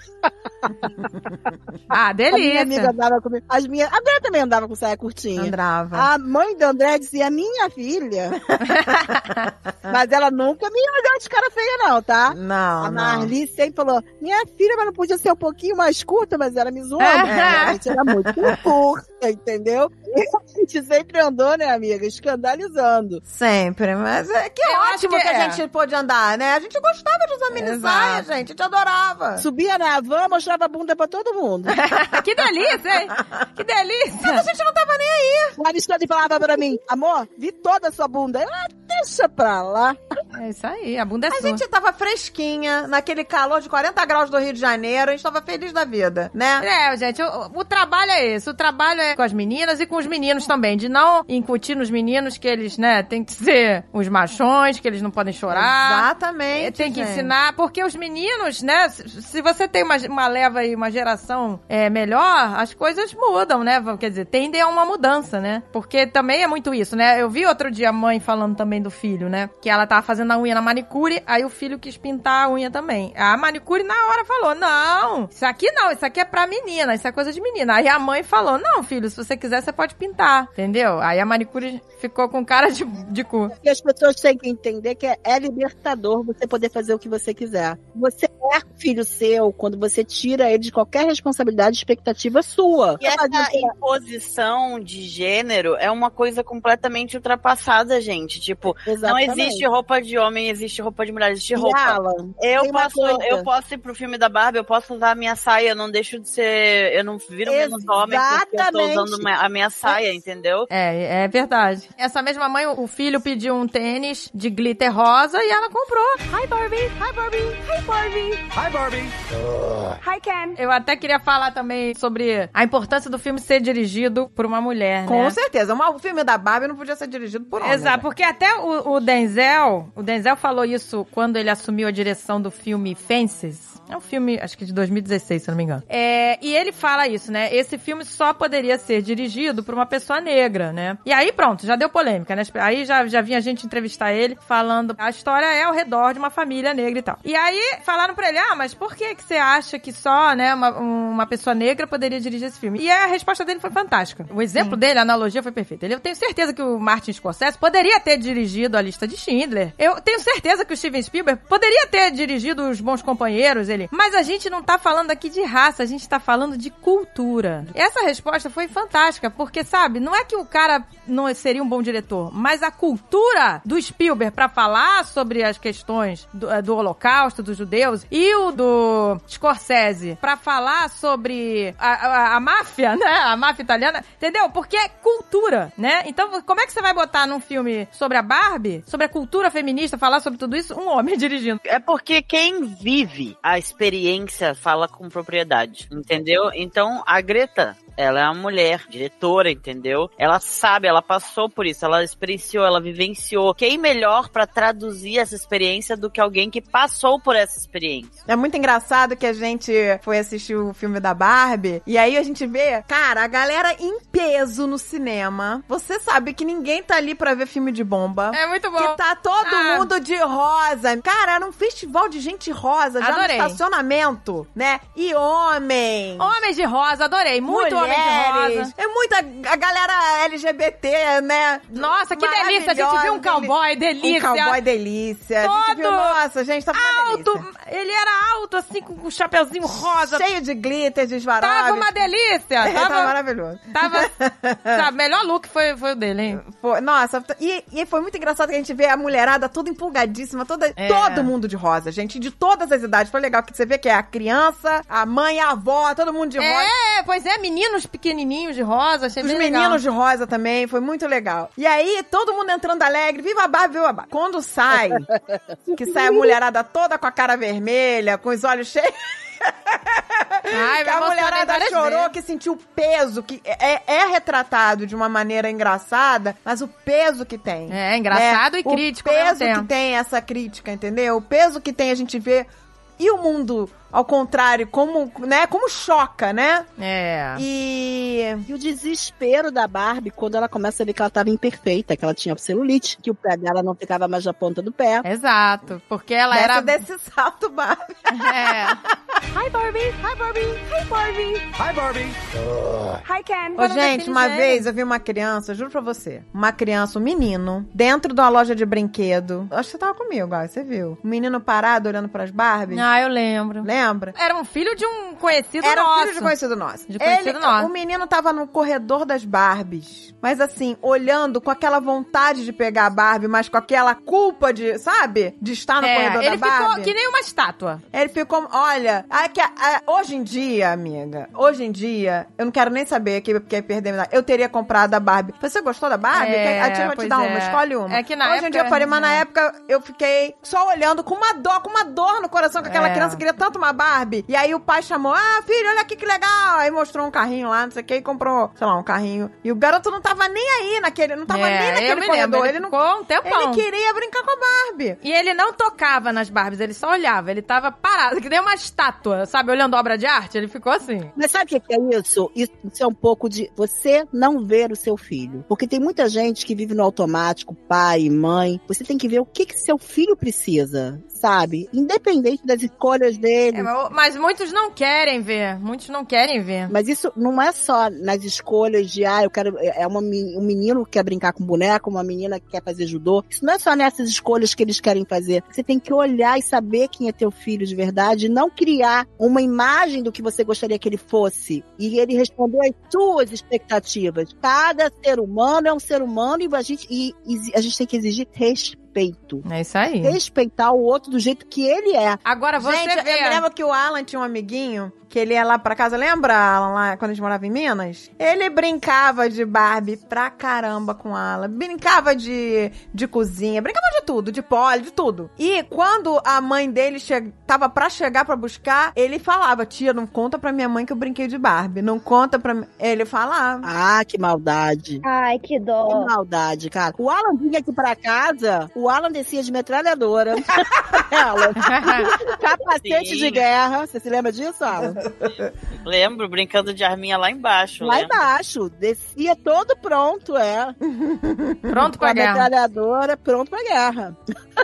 S1: Delícia.
S3: A minha amiga andava comigo. A Andréia também andava com saia curtinha.
S2: Andava.
S3: A mãe da Andréia dizia, minha filha. Mas ela nunca me olhou de cara feia, não, tá?
S2: Não,
S3: a Marli sempre falou, minha filha, mas não podia ser um pouquinho mais curta, mas ela me zoando. A gente era muito curta, entendeu? E a gente sempre andou, né, amiga? Escandalizando.
S2: Sempre, mas que ótimo que a gente pôde andar, né? A gente gostava de usar mini saia, gente. A gente adorava.
S3: Subia na van, mostrava a bunda pra todo mundo.
S1: Que delícia, hein? Que delícia.
S2: Mas a gente não tava nem aí.
S3: O Aristode falava pra mim, amor, vi toda a sua bunda. Deixa pra lá.
S1: É isso aí, a bunda é sua.
S2: A gente tava fresquinha, naquele calor de 40 graus do Rio de Janeiro, a gente tava feliz da vida, né?
S1: Gente, o trabalho é esse. O trabalho é com as meninas e com os meninos também, de não incutir nos meninos que eles, né, tem que ser os machões, que eles não podem chorar.
S2: Exatamente,
S1: tem que ensinar, porque os meninos, né, se você tem uma leva e uma geração melhor, as coisas mudam, né? Quer dizer, tendem a uma mudança, né? Porque também é muito isso, né? Eu vi outro dia a mãe falando também do filho, né? Que ela tava fazendo a unha na manicure, aí o filho quis pintar a unha também. A manicure na hora falou, não, isso aqui é pra menina, isso é coisa de menina. Aí a mãe falou, não, filho, se você quiser, você pode pintar, entendeu? Aí a manicure ficou com cara de cu.
S3: E as pessoas têm que entender que é libertador você poder fazer o que você quiser. Você é filho seu quando você tira ele de qualquer responsabilidade e expectativa sua.
S4: E essa imposição de gênero é uma coisa completamente ultrapassada, gente. Tipo,
S3: exatamente.
S4: Não existe roupa de homem, existe roupa de mulher, existe
S3: E
S4: roupa.
S3: Alan, tem uma coisa.
S4: Eu posso ir pro filme da Barbie, eu posso usar a minha saia, eu não deixo de ser... Eu não viro menos homem porque eu tô usando a minha saia, entendeu?
S1: É verdade. Essa mesma mãe, o filho pediu um tênis de glitter rosa e ela comprou.
S2: Hi, Barbie. Hi, Barbie. Hi, Barbie.
S7: Hi, Barbie.
S2: Hi, Ken.
S1: Eu até queria falar também sobre a importância do filme ser dirigido por uma mulher,
S2: Com
S1: né?
S2: certeza. O filme da Barbie não podia ser dirigido por homem.
S1: Exato, porque até o Denzel falou isso quando ele assumiu a direção do filme Fences. É um filme, acho que de 2016, se eu não me engano. E ele fala isso, né? Esse filme só poderia ser dirigido por uma pessoa negra, né? E aí, pronto, já deu polêmica, né? Aí já vinha a gente entrevistar ele falando a história é ao redor de uma família negra e tal. E aí, falaram pra ele, mas por que você acha que só, né, uma pessoa negra poderia dirigir esse filme? E a resposta dele foi fantástica. O exemplo dele, a analogia foi perfeita. Eu tenho certeza que o Martin Scorsese poderia ter dirigido A Lista de Schindler. Eu tenho certeza que o Steven Spielberg poderia ter dirigido Os Bons Companheiros, mas a gente não tá falando aqui de raça, a gente tá falando de cultura. Essa resposta foi fantástica, porque, sabe, não é que o cara não seria um bom diretor, mas a cultura do Spielberg pra falar sobre as questões do Holocausto, dos judeus, e o do Scorsese pra falar sobre a máfia, né? A máfia italiana, entendeu? Porque é cultura, né? Então, como é que você vai botar num filme sobre a Barbie, sobre a cultura feminista, falar sobre tudo isso, um homem dirigindo?
S4: É porque quem vive a experiência fala com propriedade, entendeu? Então, a Greta, ela é uma mulher, diretora, entendeu? Ela sabe, ela passou por isso, ela experienciou, ela vivenciou. Quem melhor pra traduzir essa experiência do que alguém que passou por essa experiência?
S2: É muito engraçado que a gente foi assistir o filme da Barbie e aí a gente vê, cara, a galera em peso no cinema. Você sabe que ninguém tá ali pra ver filme de bomba.
S1: É muito bom.
S2: Que tá todo mundo de rosa. Cara, era um festival de gente rosa, já
S1: Adorei.
S2: no estacionamento, né? E homens.
S1: Homens de rosa, adorei. Muito homem de rosa.
S2: É muita a galera LGBT, né?
S1: Nossa, que delícia. A gente viu um cowboy, delícia.
S2: Um cowboy delícia.
S1: Todo
S2: A gente viu, nossa, gente, tá uma
S1: alto.
S2: delícia.
S1: Ele era alto, assim, com um chapeuzinho rosa.
S2: Cheio de glitter, de esvarável.
S1: Tava uma delícia.
S2: Tava maravilhoso.
S1: Sabe, melhor look foi o dele, hein?
S2: Nossa, e foi muito engraçado que a gente vê a mulherada toda empolgadíssima, todo mundo de rosa, gente, de todas as idades. Foi legal que você vê que é a criança, a mãe, a avó, todo mundo de rosa.
S1: Pois é, meninos pequenininhos de rosa, achei bem legal.
S2: Os meninos de rosa também, foi muito legal. E aí, todo mundo entrando alegre, viva a Barbie, viva a Barbie. Quando sai, que sai a mulherada toda com a cara vermelha, com os olhos cheios...
S1: Ai,
S2: que a mulherada chorou, que sentiu o peso, que é retratado de uma maneira engraçada, mas o peso que tem.
S1: É, engraçado e crítico ao mesmo
S2: O peso
S1: tempo.
S2: que tem essa crítica, entendeu? O peso que tem a gente ver e o mundo, ao contrário, como choca, né? E
S3: o desespero da Barbie quando ela começa a ver que ela tava imperfeita, que ela tinha celulite, que o pé dela não ficava mais na ponta do pé.
S1: Exato, porque ela era...
S2: desse salto, Barbie.
S5: Hi, Barbie. Hi, Barbie. Hi, Barbie.
S7: Hi, Barbie.
S5: Hi, Ken.
S2: Ô, gente, uma vez eu vi uma criança, juro pra você, um menino, dentro de uma loja de brinquedo. Acho que você tava comigo, ó, você viu. Um menino parado olhando pras Barbies.
S1: Ah, eu lembro.
S2: Lembra?
S1: Era um filho de um conhecido
S2: Era
S1: nosso.
S2: um filho de conhecido nosso.
S1: De conhecido nosso.
S2: O menino tava no corredor das Barbies, mas assim, olhando com aquela vontade de pegar a Barbie, mas com aquela culpa de, sabe? De estar no corredor da Barbie.
S1: Ele ficou que nem uma estátua.
S2: Ele ficou, olha, hoje em dia, amiga, eu não quero nem saber aqui, porque aí perder, eu teria comprado a Barbie. Você gostou da Barbie? A tia vai te dar uma, escolhe uma.
S1: É que na
S2: hoje
S1: época...
S2: em dia eu falei, mas na época eu fiquei só olhando com uma dor no coração, que aquela criança queria tanto uma Barbie. E aí o pai chamou, filho, olha aqui que legal. Aí mostrou um carrinho lá, não sei o que, e comprou, sei lá, um carrinho. E o garoto não tava nem aí não tava nem naquele corredor.
S1: Ele ficou um tempão.
S2: Ele queria brincar com a Barbie.
S1: E ele não tocava nas Barbies, ele só olhava. Ele tava parado, que nem uma estátua, sabe? Olhando obra de arte, ele ficou assim.
S3: Mas sabe o que é isso? Isso é um pouco de você não ver o seu filho. Porque tem muita gente que vive no automático, pai, mãe. Você tem que ver o que seu filho precisa, sabe? Independente das escolhas dele.
S1: Mas muitos não querem ver. Muitos não querem ver.
S3: Mas isso não é só nas escolhas de, eu quero... um menino que quer brincar com boneco, uma menina que quer fazer judô. Isso não é só nessas escolhas que eles querem fazer. Você tem que olhar e saber quem é teu filho de verdade e não criar uma imagem do que você gostaria que ele fosse. E ele respondeu às suas expectativas. Cada ser humano é um ser humano e a gente tem que exigir respeito. respeito.
S1: É isso aí.
S3: Respeitar o outro do jeito que ele é.
S1: Agora você
S2: Gente,
S1: vê...
S2: eu me lembro que o Alan tinha um amiguinho que ele ia lá pra casa, lembra, Alan, lá quando a gente morava em Minas? Ele brincava de Barbie pra caramba com a Alan. Brincava de cozinha, brincava de tudo, de pole, de tudo. E quando a mãe dele tava pra chegar pra buscar, ele falava, tia, não conta pra minha mãe que eu brinquei de Barbie. Não conta pra mim. Ele falava.
S3: Ah, que maldade.
S5: Ai, que dó.
S3: Que maldade, cara. O Alan vinha aqui pra casa, o Alan descia de metralhadora. Ela. Capacete
S4: Sim.
S3: de guerra. Você se lembra disso, Alan?
S4: Lembro, brincando de arminha lá embaixo.
S3: Lá
S4: lembro.
S3: embaixo. Descia todo pronto,
S1: Pronto
S3: Com
S1: pra
S3: a
S1: guerra.
S3: metralhadora, pronto pra guerra.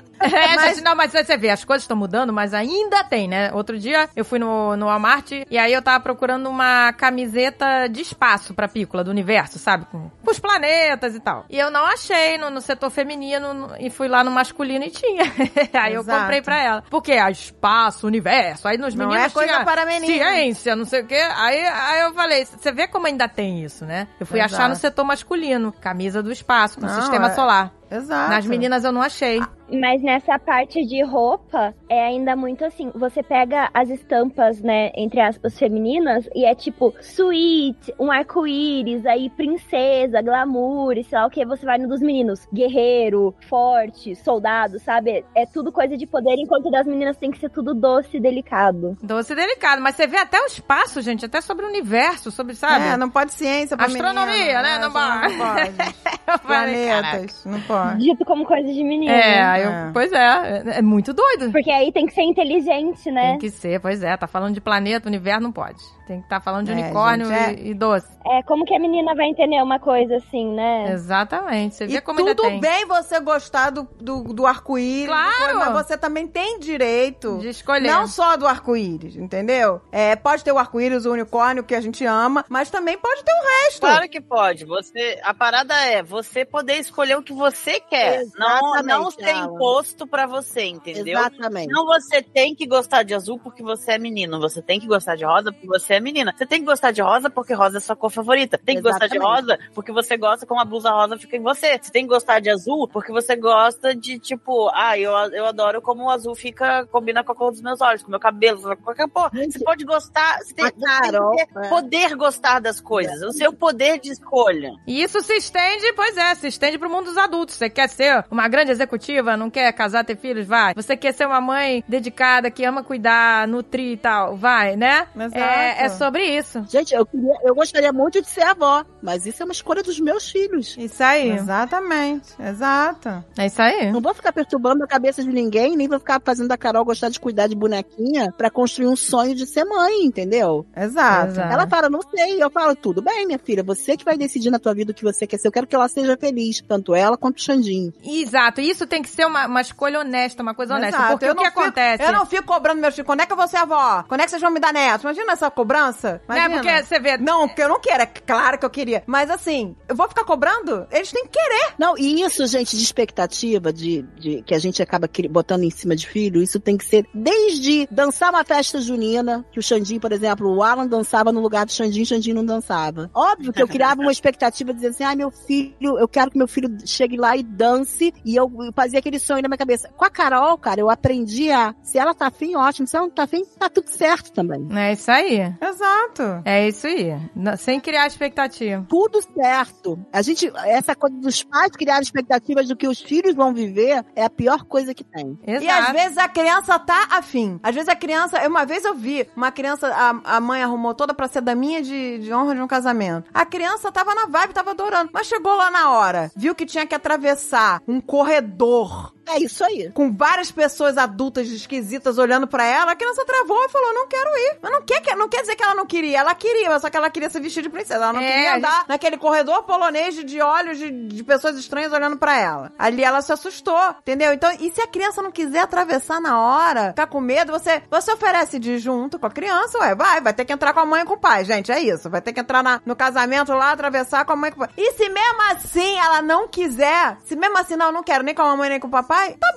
S1: Gente, não, mas você vê, as coisas estão mudando, mas ainda tem, né? Outro dia eu fui no Walmart e aí eu tava procurando uma camiseta de espaço pra Pícola, do universo, sabe? Com os planetas e tal. E eu não achei no setor feminino e fui lá no masculino e tinha. Aí eu
S2: Exato.
S1: comprei pra ela. Porque espaço, universo, aí nos
S2: Não
S1: meninos
S2: é coisa
S1: tinha
S2: para meninos.
S1: ciência, não sei o quê. Aí eu falei, você vê como ainda tem isso, né? Eu fui
S2: Exato.
S1: achar no setor masculino, camisa do espaço, com
S2: Não,
S1: sistema solar.
S2: Exato.
S1: Nas meninas eu não achei.
S5: Mas nessa parte de roupa, é ainda muito assim, você pega as estampas, né, entre as femininas, e é tipo, sweet, um arco-íris, aí princesa, glamour, e sei lá o que, você vai no dos meninos, guerreiro, forte, soldado, sabe? É tudo coisa de poder, enquanto das meninas tem que ser tudo doce e delicado.
S1: Doce e delicado, mas você vê até o espaço, gente, até sobre o universo, sobre, sabe?
S2: É, não pode ciência pra
S1: Astronomia,
S2: menina,
S1: né? Não pode.
S2: Não pode.
S1: Eu falei, caraca.
S2: Planetas, não pode.
S5: Dito como coisa de menina.
S1: É,
S2: É.
S1: pois é muito doido.
S5: Porque aí tem que ser inteligente, né?
S1: Tem que ser, pois é, tá falando de planeta, universo, não pode. Tem que estar falando de
S2: É,
S1: unicórnio
S2: gente,
S1: e doce.
S5: É, como que a menina vai entender uma coisa assim, né?
S1: Exatamente, você vê
S2: E
S1: como ainda
S2: tudo
S1: tem.
S2: bem você gostar do arco-íris,
S1: Claro!
S2: mas você também tem direito
S1: De escolher.
S2: não só do arco-íris, entendeu? É, pode ter o arco-íris, o unicórnio que a gente ama, mas também pode ter o resto.
S4: Claro que pode. A parada é você poder escolher o que você quer. Não
S3: Exatamente,
S4: ser
S3: Alan.
S4: imposto pra você, entendeu?
S3: Exatamente.
S4: Não você tem que gostar de azul porque você é menino. Você tem que gostar de rosa porque você é menina. Você tem que gostar de rosa porque rosa é sua cor favorita. Tem que gostar de
S3: Exatamente.
S4: rosa porque você gosta como a blusa rosa fica em você. Você tem que gostar de azul porque você gosta de, tipo, eu adoro como o azul combina com a cor dos meus olhos, com o meu cabelo, qualquer porra. Você pode gostar, você tem
S3: Carol,
S4: que ter poder gostar das coisas. O seu poder de escolha.
S1: E isso se estende, pois é, se estende pro mundo dos adultos. Você quer ser uma grande executiva, não quer casar, ter filhos? Vai. Você quer ser uma mãe dedicada, que ama cuidar, nutrir e tal? Vai, né?
S2: Exato.
S1: É sobre isso.
S3: Gente, eu gostaria muito de ser avó, mas isso é uma escolha dos meus filhos.
S1: Isso aí.
S2: Exatamente, exato.
S1: É isso aí.
S3: Não vou ficar perturbando a cabeça de ninguém, nem vou ficar fazendo a Carol gostar de cuidar de bonequinha pra construir um sonho de ser mãe, entendeu?
S2: Exato.
S1: Exato.
S3: Ela fala, não sei. Eu falo, tudo bem, minha filha, você que vai decidir na tua vida o que você quer ser. Eu quero que ela seja feliz, tanto ela quanto o Xandinho.
S1: Exato. Isso tem que ser uma escolha honesta, uma coisa honesta.
S2: Exato.
S1: Porque
S2: Eu
S1: o que
S2: não fico-
S1: acontece?
S2: Eu não fico cobrando meus filhos. Quando é que eu vou ser avó? Quando é que vocês vão me dar neto? Imagina essa cobrança.
S1: Né,
S2: Imagina.
S1: porque você vê...
S2: Não, porque eu não quero. É claro que eu queria. Mas assim, eu vou ficar cobrando? Eles têm que querer.
S3: Não, e isso, gente, de expectativa, de que a gente acaba botando em cima de filho, isso tem que ser desde dançar uma festa junina, que o Xandinho, por exemplo, o Alan dançava no lugar do Xandinho, o Xandinho não dançava. Óbvio que eu criava uma expectativa dizendo assim, meu filho, eu quero que meu filho chegue lá e dance, e eu fazia aquele sonho na minha cabeça. Com a Carol, cara, eu aprendi se ela tá afim, ótimo, se ela não tá afim, tá tudo certo também.
S1: É isso aí.
S2: Exato.
S1: É isso aí. Sem criar expectativa.
S3: Tudo certo. Essa coisa dos pais criarem expectativas do que os filhos vão viver é a pior coisa que tem.
S1: Exato.
S2: E às vezes a criança tá afim. Às vezes a criança... Uma vez eu vi uma criança, a mãe arrumou toda pra ser daminha de honra de um casamento. A criança tava na vibe, tava adorando. Mas chegou lá na hora, viu que tinha que atravessar um corredor
S3: É isso aí.
S2: com várias pessoas adultas esquisitas olhando pra ela, a criança travou e falou, não quero ir. Mas não quer dizer que ela não queria. Ela queria, mas só que ela queria se vestir de princesa. Ela não queria andar naquele corredor polonês de olhos de pessoas estranhas olhando pra ela. Ali ela se assustou, entendeu? Então, e se a criança não quiser atravessar na hora, ficar com medo, você oferece de ir junto com a criança, vai ter que entrar com a mãe e com o pai, gente, é isso. Vai ter que entrar no casamento lá, atravessar com a mãe e com o pai. E se mesmo assim ela não quiser, se mesmo assim, não quero nem com a mamãe nem com o papai, tá bom, não precisa.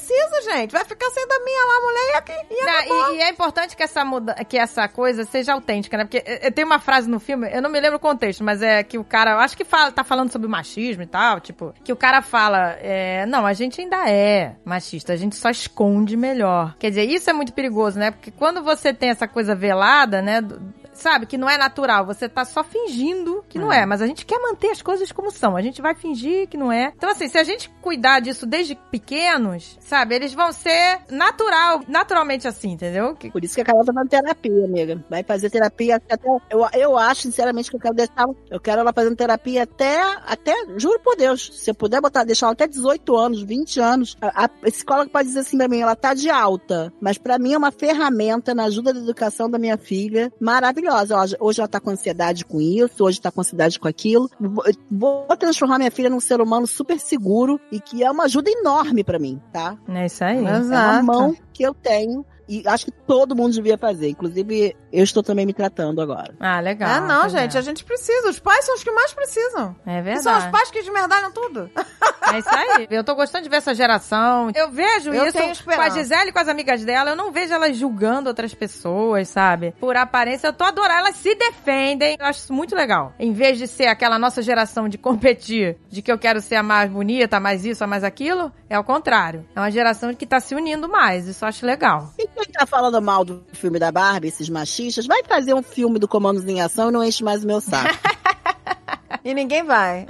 S2: precisa, gente. Vai ficar sendo a minha lá, mulher,
S1: E é importante que essa coisa seja autêntica, né? Porque tem uma frase no filme, eu não me lembro o contexto, mas é que o cara, eu acho que tá falando sobre machismo e tal, tipo, que o cara fala, não, a gente ainda é machista, a gente só esconde melhor. Quer dizer, isso é muito perigoso, né? Porque quando você tem essa coisa velada, né, sabe, que não é natural, você tá só fingindo que não é, mas a gente quer manter as coisas como são, a gente vai fingir que não é. Então, assim, se a gente cuidar disso desde pequenos, sabe, eles vão ser naturalmente assim, entendeu?
S3: Por isso que a Carol tá fazendo terapia, amiga. Vai fazer terapia até... Eu acho, sinceramente, que eu quero ela fazendo terapia até, juro por Deus, se eu puder deixar ela até 18 anos, 20 anos, a psicóloga pode dizer assim pra mim, ela tá de alta, mas pra mim é uma ferramenta na ajuda da educação da minha filha, maravilhosa. Hoje ela tá com ansiedade com isso, hoje tá com ansiedade com aquilo. Vou transformar minha filha num ser humano super seguro e que é uma ajuda enorme pra mim, tá?
S1: É isso aí.
S3: É uma mão que eu tenho e acho que todo mundo devia fazer. Inclusive, eu estou também me tratando agora.
S1: Ah, legal.
S2: Não, gente, a gente precisa. Os pais são os que mais precisam.
S1: É verdade.
S2: E são os pais que desmerdalham tudo.
S1: É isso aí. Eu tô gostando de ver essa geração. Eu vejo isso com a Gisele e com as amigas dela. Eu não vejo elas julgando outras pessoas, sabe? Por aparência, eu tô adorando. Elas se defendem. Eu acho isso muito legal. Em vez de ser aquela nossa geração de competir, de que eu quero ser a mais bonita, a mais isso, a mais aquilo, é o contrário. É uma geração que tá se unindo mais. Isso eu acho legal.
S3: E quem tá falando mal do filme da Barbie, esses machistas, vai fazer um filme do Comandos em Ação e não enche mais o meu saco.
S2: E ninguém vai.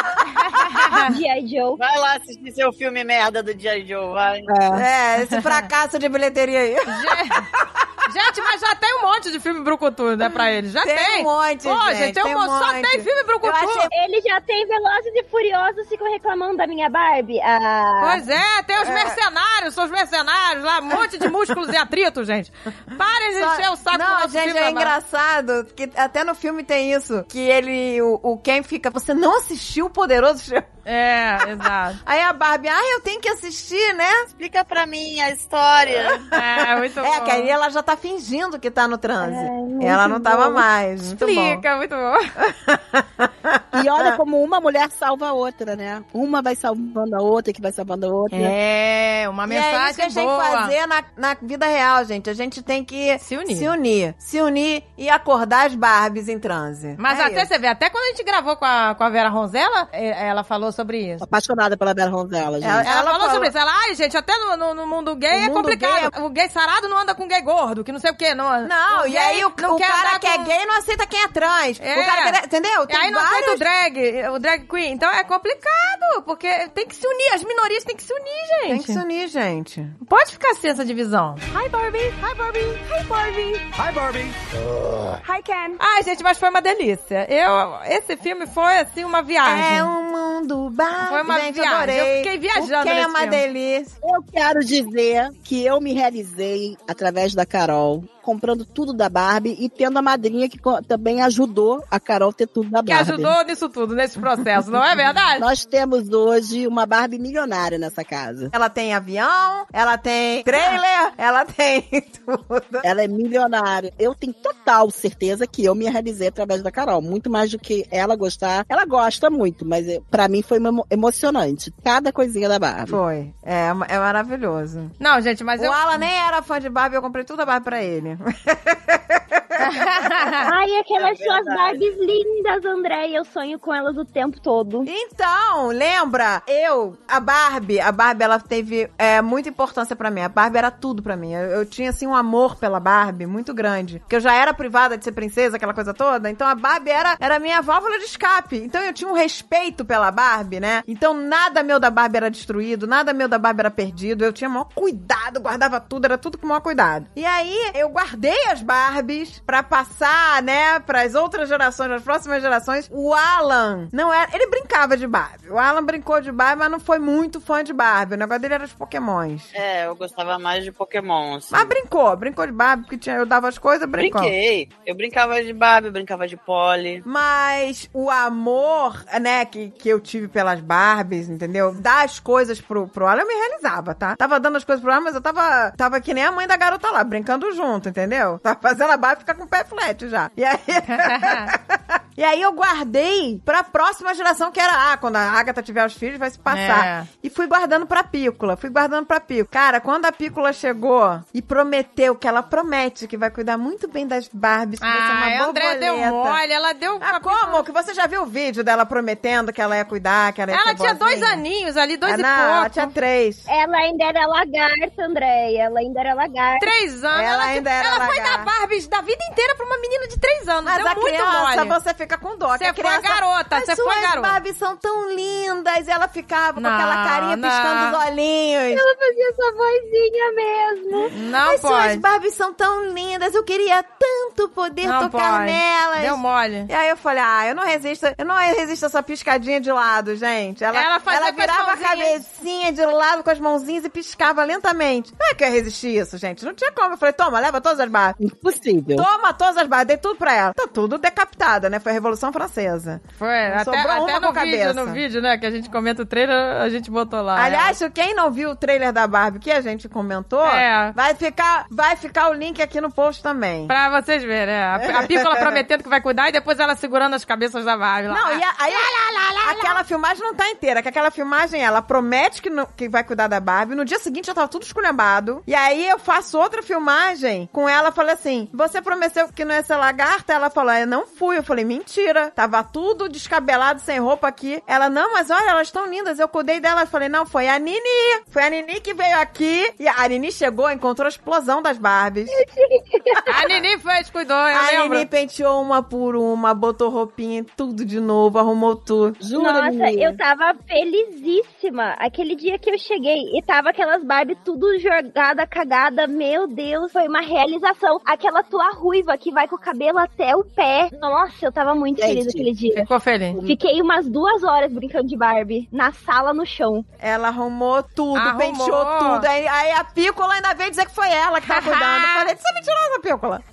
S5: G.I. Joe.
S4: Vai lá assistir seu filme merda do G.I. Joe, vai.
S2: Esse fracasso de bilheteria aí.
S1: Gente, mas já tem um monte de filme brucutu, né, pra eles. Já tem.
S2: Tem um monte,
S1: gente. Tem um só tem filme brucutu.
S5: Ele já tem Velozes e Furiosos, ficam reclamando da minha Barbie.
S1: Pois é, tem os mercenários, são os mercenários lá, um monte de músculos e atritos, gente. Parem de encher o saco do nosso
S2: gente,
S1: filme.
S2: é engraçado, que até no filme tem isso, que o Ken fica, você não assistiu o Poderoso Chefão?
S1: Exato.
S2: Aí a Barbie, eu tenho que assistir, né?
S4: Explica pra mim a história.
S1: Muito bom.
S2: Que aí ela já tá fingindo que tá no transe. Ela não tava mais. Muito
S1: Explica, muito bom.
S3: E olha como uma mulher salva a outra, né? Uma vai salvando a outra, que vai salvando a outra.
S1: Uma mensagem
S2: boa. É isso que a gente tem que fazer na vida real, gente. A gente tem que se unir e acordar as Barbies em transe.
S1: Mas até você vê, até quando a gente gravou com a Vera Ronzella, ela falou sobre isso.
S3: Apaixonada pela Vera Ronzella, gente.
S1: Ela falou sobre isso. Ela, gente, até no mundo gay é complicado. O gay sarado não anda com gay gordo, que não sei o quê. Não,
S2: e aí o cara que é gay não aceita quem é trans. O cara que entendeu?
S1: E aí não aceita o drag queen. Então é complicado, porque tem que se unir. As minorias têm que se unir, gente.
S2: Tem que se unir, gente.
S1: Não pode ficar assim essa divisão.
S5: Hi, Barbie. Hi, Barbie. Hi, Barbie.
S7: Hi, Barbie.
S5: Hi, Ken.
S1: Ai, gente, mas foi uma delícia. Esse filme foi, assim, uma viagem.
S2: É um mundo Barbie.
S1: Foi uma viagem.
S2: Adorei.
S1: Eu fiquei viajando
S2: nesse
S1: é
S2: uma
S1: filme.
S2: delícia.
S3: Eu quero dizer que eu me realizei através da Carol, comprando tudo da Barbie e tendo a madrinha que também ajudou a Carol a ter tudo da Barbie.
S1: Que ajudou nisso tudo, nesse processo, não é verdade?
S3: Nós temos hoje uma Barbie milionária nessa casa.
S2: Ela tem avião, ela tem trailer, ela tem tudo.
S3: Ela é milionária. Eu tenho total certeza que eu me realizei através da Carol. Muito mais do que ela gostar. Ela gosta muito, mas pra mim foi emocionante. Cada coisinha da Barbie.
S2: Foi. É maravilhoso.
S1: Não, gente, mas
S2: o Alan nem era fã de Barbie, eu comprei tudo a Barbie pra ele.
S5: Ai, aquelas suas Barbies lindas, André. Eu sonho com elas o tempo todo.
S2: Então, lembra? A Barbie, ela teve muita importância pra mim. A Barbie era tudo pra mim. Eu tinha, assim, um amor pela Barbie muito grande. Porque eu já era privada de ser princesa, aquela coisa toda. Então, a Barbie era a minha válvula de escape. Então, eu tinha um respeito pela Barbie, né? Então, nada meu da Barbie era destruído, nada meu da Barbie era perdido. Eu tinha o maior cuidado, guardava tudo, era tudo com o maior cuidado. E aí, eu guardei as Barbies pra passar, né, pras outras gerações, pras próximas gerações. O Alan não era... Ele brincava de Barbie. O Alan brincou de Barbie, mas não foi muito fã de Barbie. O negócio dele era os Pokémons.
S4: Eu gostava mais de Pokémon, assim.
S2: Mas brincou de Barbie, porque eu dava as coisas, brincou.
S4: Brinquei. Eu brincava de Barbie, eu brincava de Polly.
S2: Mas o amor, né, que eu tive pelas Barbies, entendeu? Dar as coisas pro Alan, eu me realizava, tá? Tava dando as coisas pro Alan, mas eu tava que nem a mãe da garota lá, brincando junto, entendeu? Tava fazendo a Barbie ficar com o pé flat já. E aí... E aí eu guardei pra próxima geração, que era, quando a Agatha tiver os filhos, vai se passar. E fui guardando pra Pícola, Cara, quando a Pícola chegou e prometeu, que ela promete que vai cuidar muito bem das Barbies, que vai ser uma
S1: a André deu mole, ela deu...
S2: Como? Que você já viu o vídeo dela prometendo que ela ia cuidar, que ela ia ser
S1: tinha
S2: boazinha?
S1: 2 aninhos ali, 2 e pouco.
S2: Ela tinha 3.
S5: Ela ainda era lagarta, Andréia. Ela ainda era lagarta.
S1: 3 anos.
S2: Ela ainda era
S1: Ela foi
S2: lagarta.
S1: dar Barbies da vida inteira pra uma menina de 3 anos.
S2: Mas
S1: deu
S2: a
S1: muito
S2: criança,
S1: mole.
S2: você fica com dó.
S1: Você foi garota, você foi garota.
S2: As Barbies são tão lindas. E ela ficava com aquela carinha
S1: não.
S2: piscando os olhinhos.
S5: Ela fazia essa vozinha mesmo.
S1: Não
S2: As suas
S1: pode.
S2: Barbies são tão lindas. Eu queria tanto poder
S1: Não
S2: tocar
S1: pode.
S2: nelas.
S1: Deu mole.
S2: E aí eu falei, eu não resisto a essa piscadinha de lado, gente. Ela
S1: fazia com as
S2: virava a
S1: mãozinhas.
S2: cabecinha de lado com as mãozinhas e piscava lentamente. Não é que eu ia resistir isso, gente. Não tinha como. Eu falei, toma, leva todas as Barbies.
S3: Impossível.
S2: Toma todas as Barbies. Dei tudo pra ela. Tá tudo decapitada, né? Foi a Revolução Francesa.
S1: Foi,
S2: Não sobrou
S1: até
S2: uma com cabeça.
S1: no vídeo, né, que a gente comenta o trailer, a gente botou lá.
S2: Aliás, quem não viu o trailer da Barbie que a gente comentou, vai ficar o link aqui no post também.
S1: Pra vocês verem, a Pícola prometendo que vai cuidar e depois ela segurando as cabeças da Barbie lá.
S2: Não, e aí aquela filmagem não tá inteira, que aquela filmagem, ela promete que vai cuidar da Barbie, no dia seguinte já tava tudo esculhambado, e aí eu faço outra filmagem com ela, falei assim, você prometeu que não ia ser lagarta? Ela falou, eu não fui. Eu falei, mentira, tava tudo descabelado, sem roupa aqui. Ela, não, mas olha, elas estão lindas, eu cuidei dela. Eu falei, não, foi a Nini que veio aqui, e a Nini chegou, encontrou a explosão das Barbies.
S1: A Nini cuidou, eu
S2: A
S1: lembro.
S2: Nini penteou uma por uma, botou roupinha em tudo de novo, arrumou tudo.
S3: Jura,
S5: Nossa,
S3: menina?
S5: eu tava felicíssima. Aquele dia que eu cheguei e tava aquelas Barbie tudo jogada, cagada. Meu Deus, foi uma realização. Aquela tua ruiva que vai com o cabelo até o pé. Nossa, eu tava muito feliz aquele dia.
S1: Ficou feliz.
S5: Fiquei umas 2 horas brincando de Barbie, na sala, no chão.
S2: Ela arrumou tudo, penteou tudo. Aí a Pícola ainda veio dizer que foi ela que tava cuidando. Eu falei, você é mentirosa, Pícola.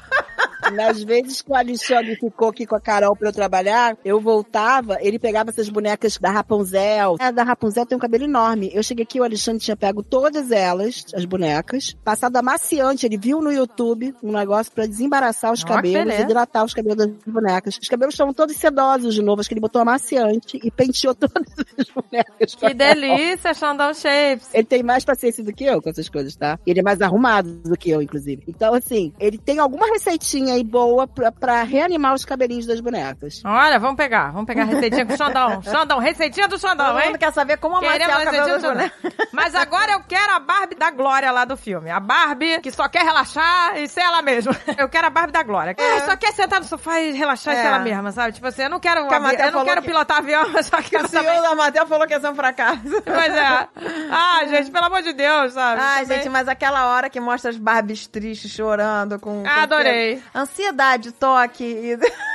S3: Nas vezes que o Alexandre ficou aqui com a Carol pra eu trabalhar, eu voltava, ele pegava essas bonecas da Rapunzel. A da Rapunzel tem um cabelo enorme. Eu cheguei aqui, o Alexandre tinha pego todas elas, as bonecas, passado amaciante, ele viu no YouTube um negócio pra desembaraçar os cabelos e hidratar os cabelos das bonecas. Os cabelos estavam todos sedosos de novo, acho que ele botou amaciante e penteou todas as bonecas.
S1: Que delícia, Xandão Shapes.
S3: Ele tem mais paciência do que eu com essas coisas, tá? Ele é mais arrumado do que eu, inclusive. Então, assim, ele tem alguma receitinha aí boa pra reanimar os cabelinhos das bonecas.
S1: Olha, vamos pegar a receitinha com o Xandão. Xandão, receitinha do Xandão,
S2: Todo
S1: hein?
S2: mundo quer saber como amaciar o cabelo das bonecas.
S1: Mas agora eu quero a Barbie da Glória lá do filme. A Barbie que só quer relaxar e ser ela mesma. Eu quero a Barbie da Glória. Só quer sentar no sofá e relaxar e ser ela mesma, sabe? Tipo assim, eu não quero, pilotar avião, eu só quero saber.
S2: O CEO da Mattel falou que ia ser um fracasso.
S1: Pois é. Gente, pelo amor de Deus, sabe?
S2: Gente, mas aquela hora que mostra as Barbies tristes chorando com...
S1: Adorei.
S2: Ansiedade, toque.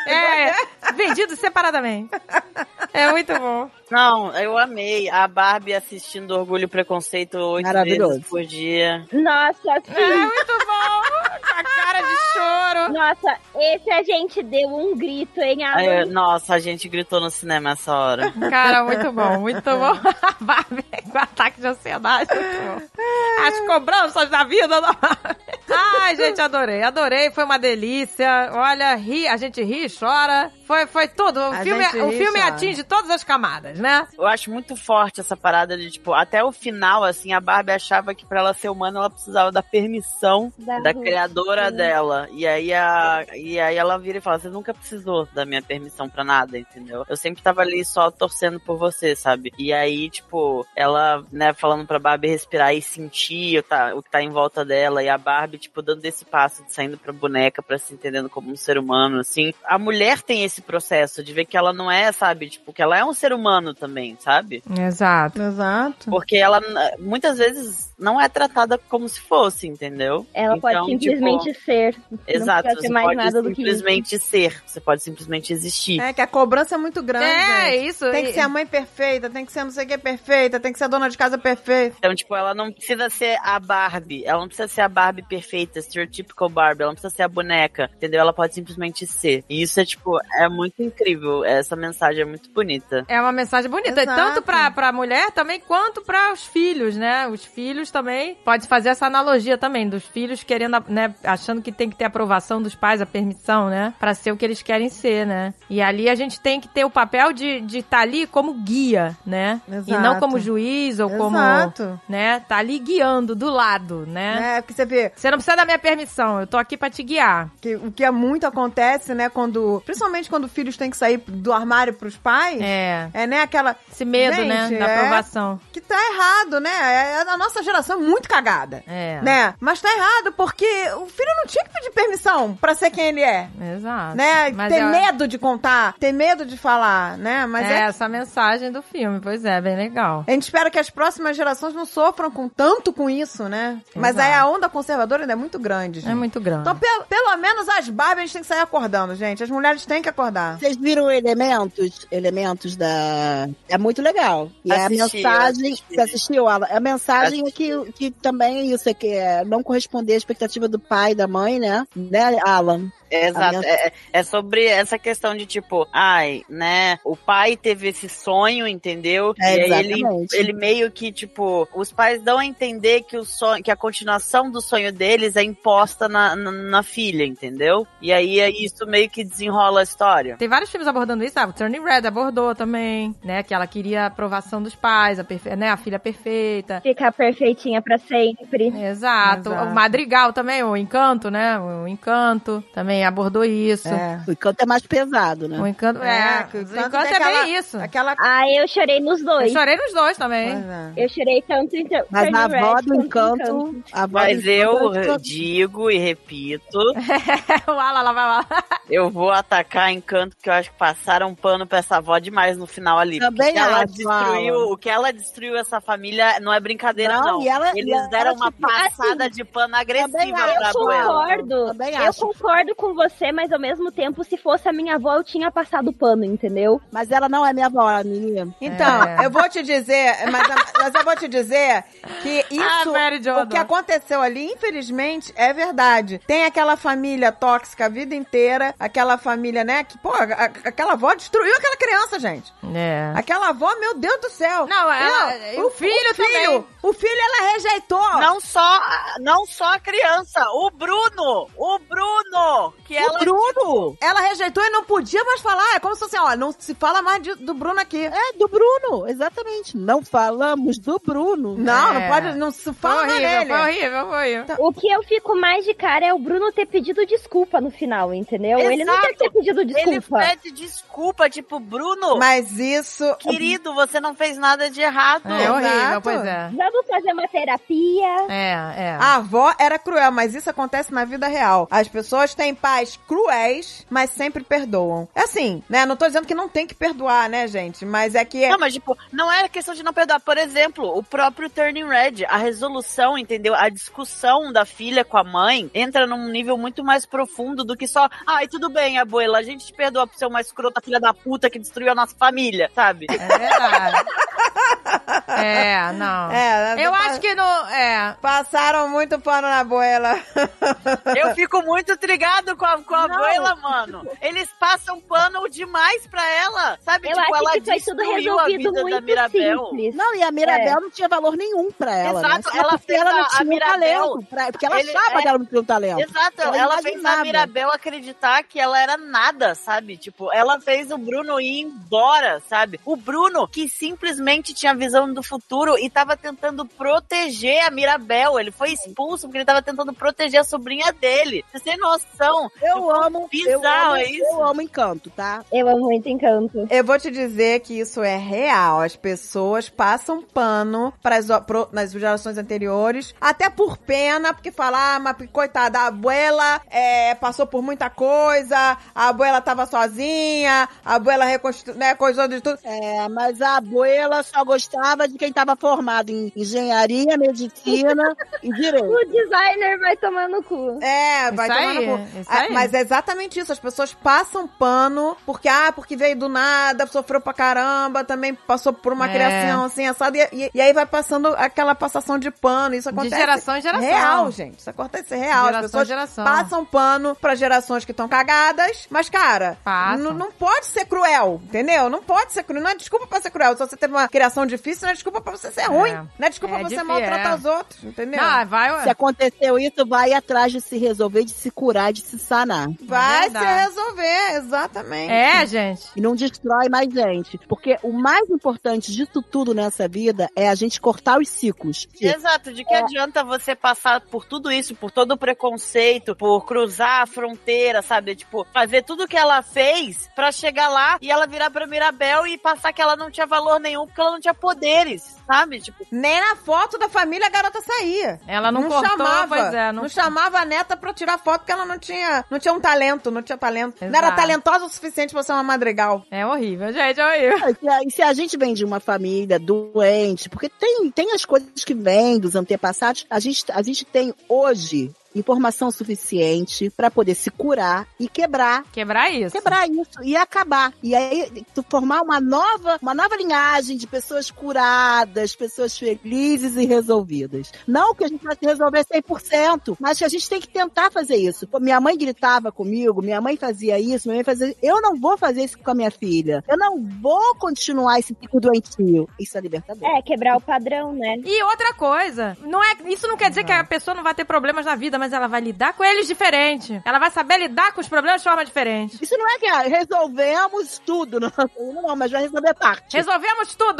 S1: Vendido separadamente. É muito bom.
S4: Não, eu amei a Barbie assistindo Orgulho e Preconceito 8 vezes por dia.
S5: Nossa, sim.
S1: É muito bom. Com a cara de choro.
S5: Nossa, esse a gente deu um grito, hein, Alan?
S4: Nossa, a gente gritou no cinema essa hora.
S1: Cara, muito bom, muito bom. A Barbie com ataque de ansiedade, muito bom. As cobranças da vida da Barbie. Ai, gente, adorei, foi uma delícia. Olha, a gente ri e chora. Foi tudo. O filme atinge todas as camadas, né?
S4: Eu acho muito forte essa parada de, tipo, até o final, assim, a Barbie achava que pra ela ser humana, ela precisava da permissão da criadora dela. E aí ela vira e fala, você nunca precisou da minha permissão pra nada, entendeu? Eu sempre tava ali só torcendo por você, sabe? E aí, tipo, ela, né, falando pra Barbie respirar e sentir o que tá em volta dela, e a Barbie, tipo, dando esse passo de saindo pra boneca, pra se entendendo como um ser humano, assim. A mulher tem esse processo de ver que ela não é, sabe, tipo, que ela é um ser humano também, sabe?
S1: Exato.
S4: Porque ela, muitas vezes, não é tratada como se fosse, entendeu?
S5: Ela
S4: então,
S5: pode simplesmente ser.
S4: Exato,
S5: não
S4: você
S5: mais
S4: pode
S5: nada
S4: simplesmente ser. Você pode simplesmente existir.
S2: Que a cobrança é muito grande, gente.
S1: Isso.
S2: Tem que ser a mãe perfeita, tem que ser não sei o que perfeita, tem que ser a dona de casa perfeita.
S4: Então, tipo, ela não precisa ser a Barbie, ela não precisa ser a Barbie perfeita, stereotypical Barbie, ela não precisa ser a boneca, entendeu? Ela pode simplesmente ser. E isso é, tipo, é É muito incrível. Essa mensagem é muito bonita.
S1: É uma mensagem bonita.
S2: Exato.
S1: Tanto pra mulher também, quanto pra os filhos, né? Os filhos também. Pode fazer essa analogia também, dos filhos querendo, né? Achando que tem que ter aprovação dos pais, a permissão, né? Pra ser o que eles querem ser, né? E ali a gente tem que ter o papel de estar ali como guia, né?
S2: Exato.
S1: E não como juiz ou como,
S2: Exato.
S1: né? Tá ali guiando do lado, né?
S2: É, porque você vê
S1: Você não precisa da minha permissão, eu tô aqui pra te guiar.
S2: que o que é muito acontece, né, principalmente quando filhos têm que sair do armário pros pais,
S1: É.
S2: né, aquela...
S1: Esse medo,
S2: Gente,
S1: né? Da aprovação.
S2: Que tá errado, né? A nossa geração é muito cagada.
S1: É.
S2: Né? Mas tá errado porque o filho não tinha que pedir permissão pra ser quem ele é.
S1: Exato.
S2: Né?
S1: Mas
S2: Ter medo de contar, ter medo de falar, né? Mas é
S1: essa mensagem do filme, pois é, bem legal.
S2: a gente espera que as próximas gerações não sofram tanto com isso, né? Mas
S1: Exato.
S2: aí a onda conservadora ainda é muito grande, gente.
S1: É muito grande.
S2: Então, pelo menos as Barbie a gente tem que sair acordando, gente. As mulheres têm que acordar.
S3: Vocês viram elementos da... É muito legal. E
S4: Assisti,
S3: a mensagem...
S4: assisti.
S3: Você assistiu, Alan? A mensagem é que também é isso, é que é não corresponder à expectativa do pai e da mãe, né? Né, Alan?
S4: Exato, é sobre essa questão de tipo, né, o pai teve esse sonho, entendeu?
S3: É,
S4: e aí
S3: exatamente.
S4: ele meio que, tipo, os pais dão a entender que que a continuação do sonho deles é imposta na filha, entendeu? E aí isso meio que desenrola a história.
S1: Tem vários filmes abordando isso, sabe? Turning Red abordou também, né? Que ela queria a aprovação dos pais, né? A filha perfeita.
S5: Ficar perfeitinha pra sempre.
S1: Exato. O Madrigal também, o Encanto, né? O Encanto também abordou isso.
S3: O Encanto é mais pesado, né?
S1: O Encanto,
S2: que
S1: o Encanto
S2: tem
S1: é bem isso.
S2: Aquela...
S5: Eu chorei nos
S1: Eu
S5: dois.
S1: chorei nos dois também.
S2: Pois é.
S5: Eu chorei tanto em
S3: Mas a
S5: Turning
S3: avó
S5: Red
S3: do
S5: quanto em
S3: Encanto... a avó do
S4: Mas
S3: Encanto
S4: eu digo e repito,
S1: o Ala lá vai lá.
S4: eu vou atacar Encanto, porque eu acho que passaram um pano pra essa avó demais no final ali.
S3: Também
S4: Porque ela
S3: acho,
S4: destruiu,
S3: Alan.
S4: o que ela destruiu essa família não é brincadeira, não.
S3: E ela,
S4: Eles deram uma
S3: tipo,
S4: passada de pano agressiva
S3: também acho.
S4: pra
S5: Eu
S4: Abuela.
S5: concordo.
S3: Também
S5: Eu
S3: acho.
S5: concordo com você, mas ao mesmo tempo, se fosse a minha avó, eu tinha passado pano, entendeu?
S3: Mas ela não é minha avó, menina.
S2: Então, eu vou te dizer, mas eu vou te dizer que isso,
S1: Mary Jo,
S2: o que aconteceu ali, infelizmente, é verdade. Tem aquela família tóxica a vida inteira, aquela família, né, que, pô, aquela avó destruiu aquela criança, gente.
S1: É.
S2: Aquela avó, meu Deus do céu.
S1: Não, o filho também.
S2: O filho ela rejeitou.
S4: Não só a criança, o Bruno, que ela...
S3: Bruno!
S2: Ela rejeitou e não podia mais falar. É como se fosse, ó, não se fala mais do Bruno aqui.
S3: É, do Bruno, exatamente. Não falamos do Bruno.
S2: Não,
S1: É.
S2: não pode, não se fala mais nele.
S1: Foi horrível.
S5: O que eu fico mais de cara é o Bruno ter pedido desculpa no final, entendeu? Ele não
S4: Exato.
S5: quer ter pedido
S4: Ele
S5: desculpa.
S4: pede desculpa, tipo, Bruno,
S2: Mas isso...
S4: querido, você não fez nada de errado.
S1: É horrível,
S2: Exato.
S1: pois é.
S5: Vamos fazer uma terapia.
S1: É.
S2: A avó era cruel, mas isso acontece na vida real. As pessoas têm pais cruéis, mas sempre perdoam. É assim, né? Não tô dizendo que não tem que perdoar, né, gente? Mas é que...
S4: Não, mas tipo, não é questão de não perdoar. Por exemplo, o próprio Turning Red, a resolução, entendeu? A discussão da filha com a mãe entra num nível muito mais profundo do que só, tudo bem, abuela, a gente te perdoa por ser uma escrota filha da puta que destruiu a nossa família, sabe?
S1: É verdade. Não. Eu acho que não...
S2: Passaram muito pano na abuela.
S4: Eu fico muito intrigado com a abuela, mano. Eles passam pano demais pra ela, sabe?
S5: Eu
S4: Tipo,
S5: acho
S4: ela
S5: que foi tudo
S4: destruiu a
S5: resolvido
S4: vida da
S5: muito
S4: Mirabel.
S5: simples.
S3: Não, e a Mirabel não tinha valor nenhum pra ela.
S4: Exato,
S3: né?
S4: ela
S3: Porque
S4: fez
S3: ela não
S4: a
S3: tinha
S4: Mirabel.
S3: talento. Porque ela achava que ela não tinha um talento.
S4: Exato, ela fez a
S3: imaginava.
S4: Mirabel acreditar que ela era nada, sabe? Tipo, ela fez o Bruno ir embora, sabe? O Bruno, que simplesmente tinha visão do futuro e tava tentando proteger a Mirabel. Ele foi expulso porque ele tava tentando proteger a sobrinha dele. Você tem noção?
S3: Eu amo Encanto, tá?
S5: Eu amo muito Encanto.
S2: Eu vou te dizer que isso é real. As pessoas passam pano nas gerações anteriores, até por pena, porque falar, mas coitada, a abuela passou por muita coisa, a abuela tava sozinha, a abuela coisou de tudo.
S3: Mas a abuela só gostava de quem estava formado em engenharia, medicina e direito.
S5: O designer vai tomar no cu.
S2: Vai
S1: Isso
S2: tomar
S1: aí,
S2: no cu.
S1: isso aí.
S2: Mas é exatamente isso. As pessoas passam pano porque veio do nada, sofreu pra caramba, também passou por uma criação assim, assada. E aí vai passando aquela passação de pano. Isso acontece.
S1: De geração em geração.
S2: Real, gente. Isso acontece real.
S1: Geração
S2: As pessoas
S1: em geração.
S2: passam pano pra gerações que estão cagadas. Mas, cara,
S1: Passam.
S2: não pode ser cruel, entendeu? Não pode ser cruel. Não é desculpa pra ser cruel. Se você teve uma criação difícil, não é desculpa pra você ser ruim. Não é desculpa pra você
S1: difícil,
S2: maltratar os outros, entendeu?
S1: Não, vai,
S3: Se aconteceu isso, vai atrás de se resolver, de se curar, de se sanar.
S2: Vai se
S1: verdade.
S2: resolver, exatamente.
S1: gente.
S3: E não destrói mais gente. Porque o mais importante disso tudo nessa vida é a gente cortar os ciclos.
S4: Exato, de que adianta você passar por tudo isso, por todo o preconceito, por cruzar a fronteira, sabe? Tipo, fazer tudo que ela fez pra chegar lá e ela virar pra Mirabel e passar que ela não tinha valor nenhum porque ela não tinha poderes, sabe? Tipo,
S2: Nem na foto da família a garota saía.
S1: Ela não cortou,
S2: chamava,
S1: pois é,
S2: não chamava a neta pra tirar foto porque ela não tinha um talento, não tinha talento. Não
S1: Exato.
S2: era talentosa o suficiente pra ser uma madrigal.
S1: É horrível, gente, é horrível.
S3: E se a gente vem de uma família doente, porque tem as coisas que vêm dos antepassados, a gente tem hoje informação suficiente pra poder se curar e quebrar isso e acabar. E aí formar uma nova linhagem de pessoas curadas, pessoas felizes e resolvidas. Não que a gente vai se resolver 100%, mas que a gente tem que tentar fazer isso. Minha mãe gritava comigo, minha mãe fazia isso, minha mãe fazia isso. Eu não vou fazer isso com a minha filha. Eu não vou continuar esse ciclo doentio. Isso é libertador.
S5: Quebrar o padrão, né?
S1: E outra coisa, isso não quer dizer que a pessoa não vai ter problemas na vida, mas ela vai lidar com eles diferente. Ela vai saber lidar com os problemas de forma diferente.
S3: Isso não é que resolvemos tudo, não, mas vai resolver parte.
S1: Resolvemos tudo!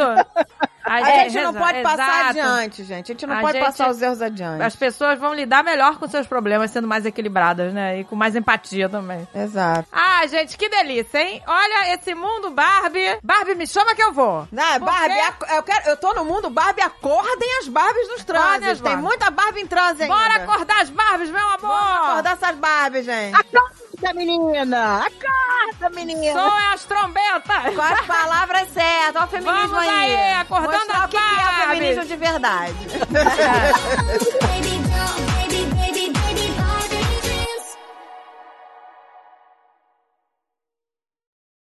S2: A gente não pode passar adiante, gente. A gente não pode passar os erros adiante.
S1: As pessoas vão lidar melhor com seus problemas, sendo mais equilibradas, né? E com mais empatia também.
S2: Exato.
S1: Ah, gente, que delícia, hein? Olha esse mundo Barbie. Barbie, me chama que eu vou.
S2: Não, Barbie, eu tô no mundo Barbie, acordem as Barbies dos transes. Tem muita Barbie em transe ainda.
S1: Bora acordar as Barbies, meu amor!
S2: Vamos acordar essas Barbies, gente.
S3: Acorda, menina! Acorda, menina!
S1: Soem as trombetas!
S2: Com as palavras certas. Olha o feminismo.
S1: Vamos aí, acordando
S2: mostrar
S1: as
S2: o que é o
S1: Barbies.
S2: feminismo de verdade.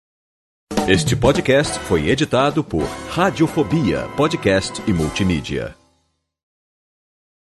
S8: Este podcast foi editado por Radiofobia, podcast e multimídia.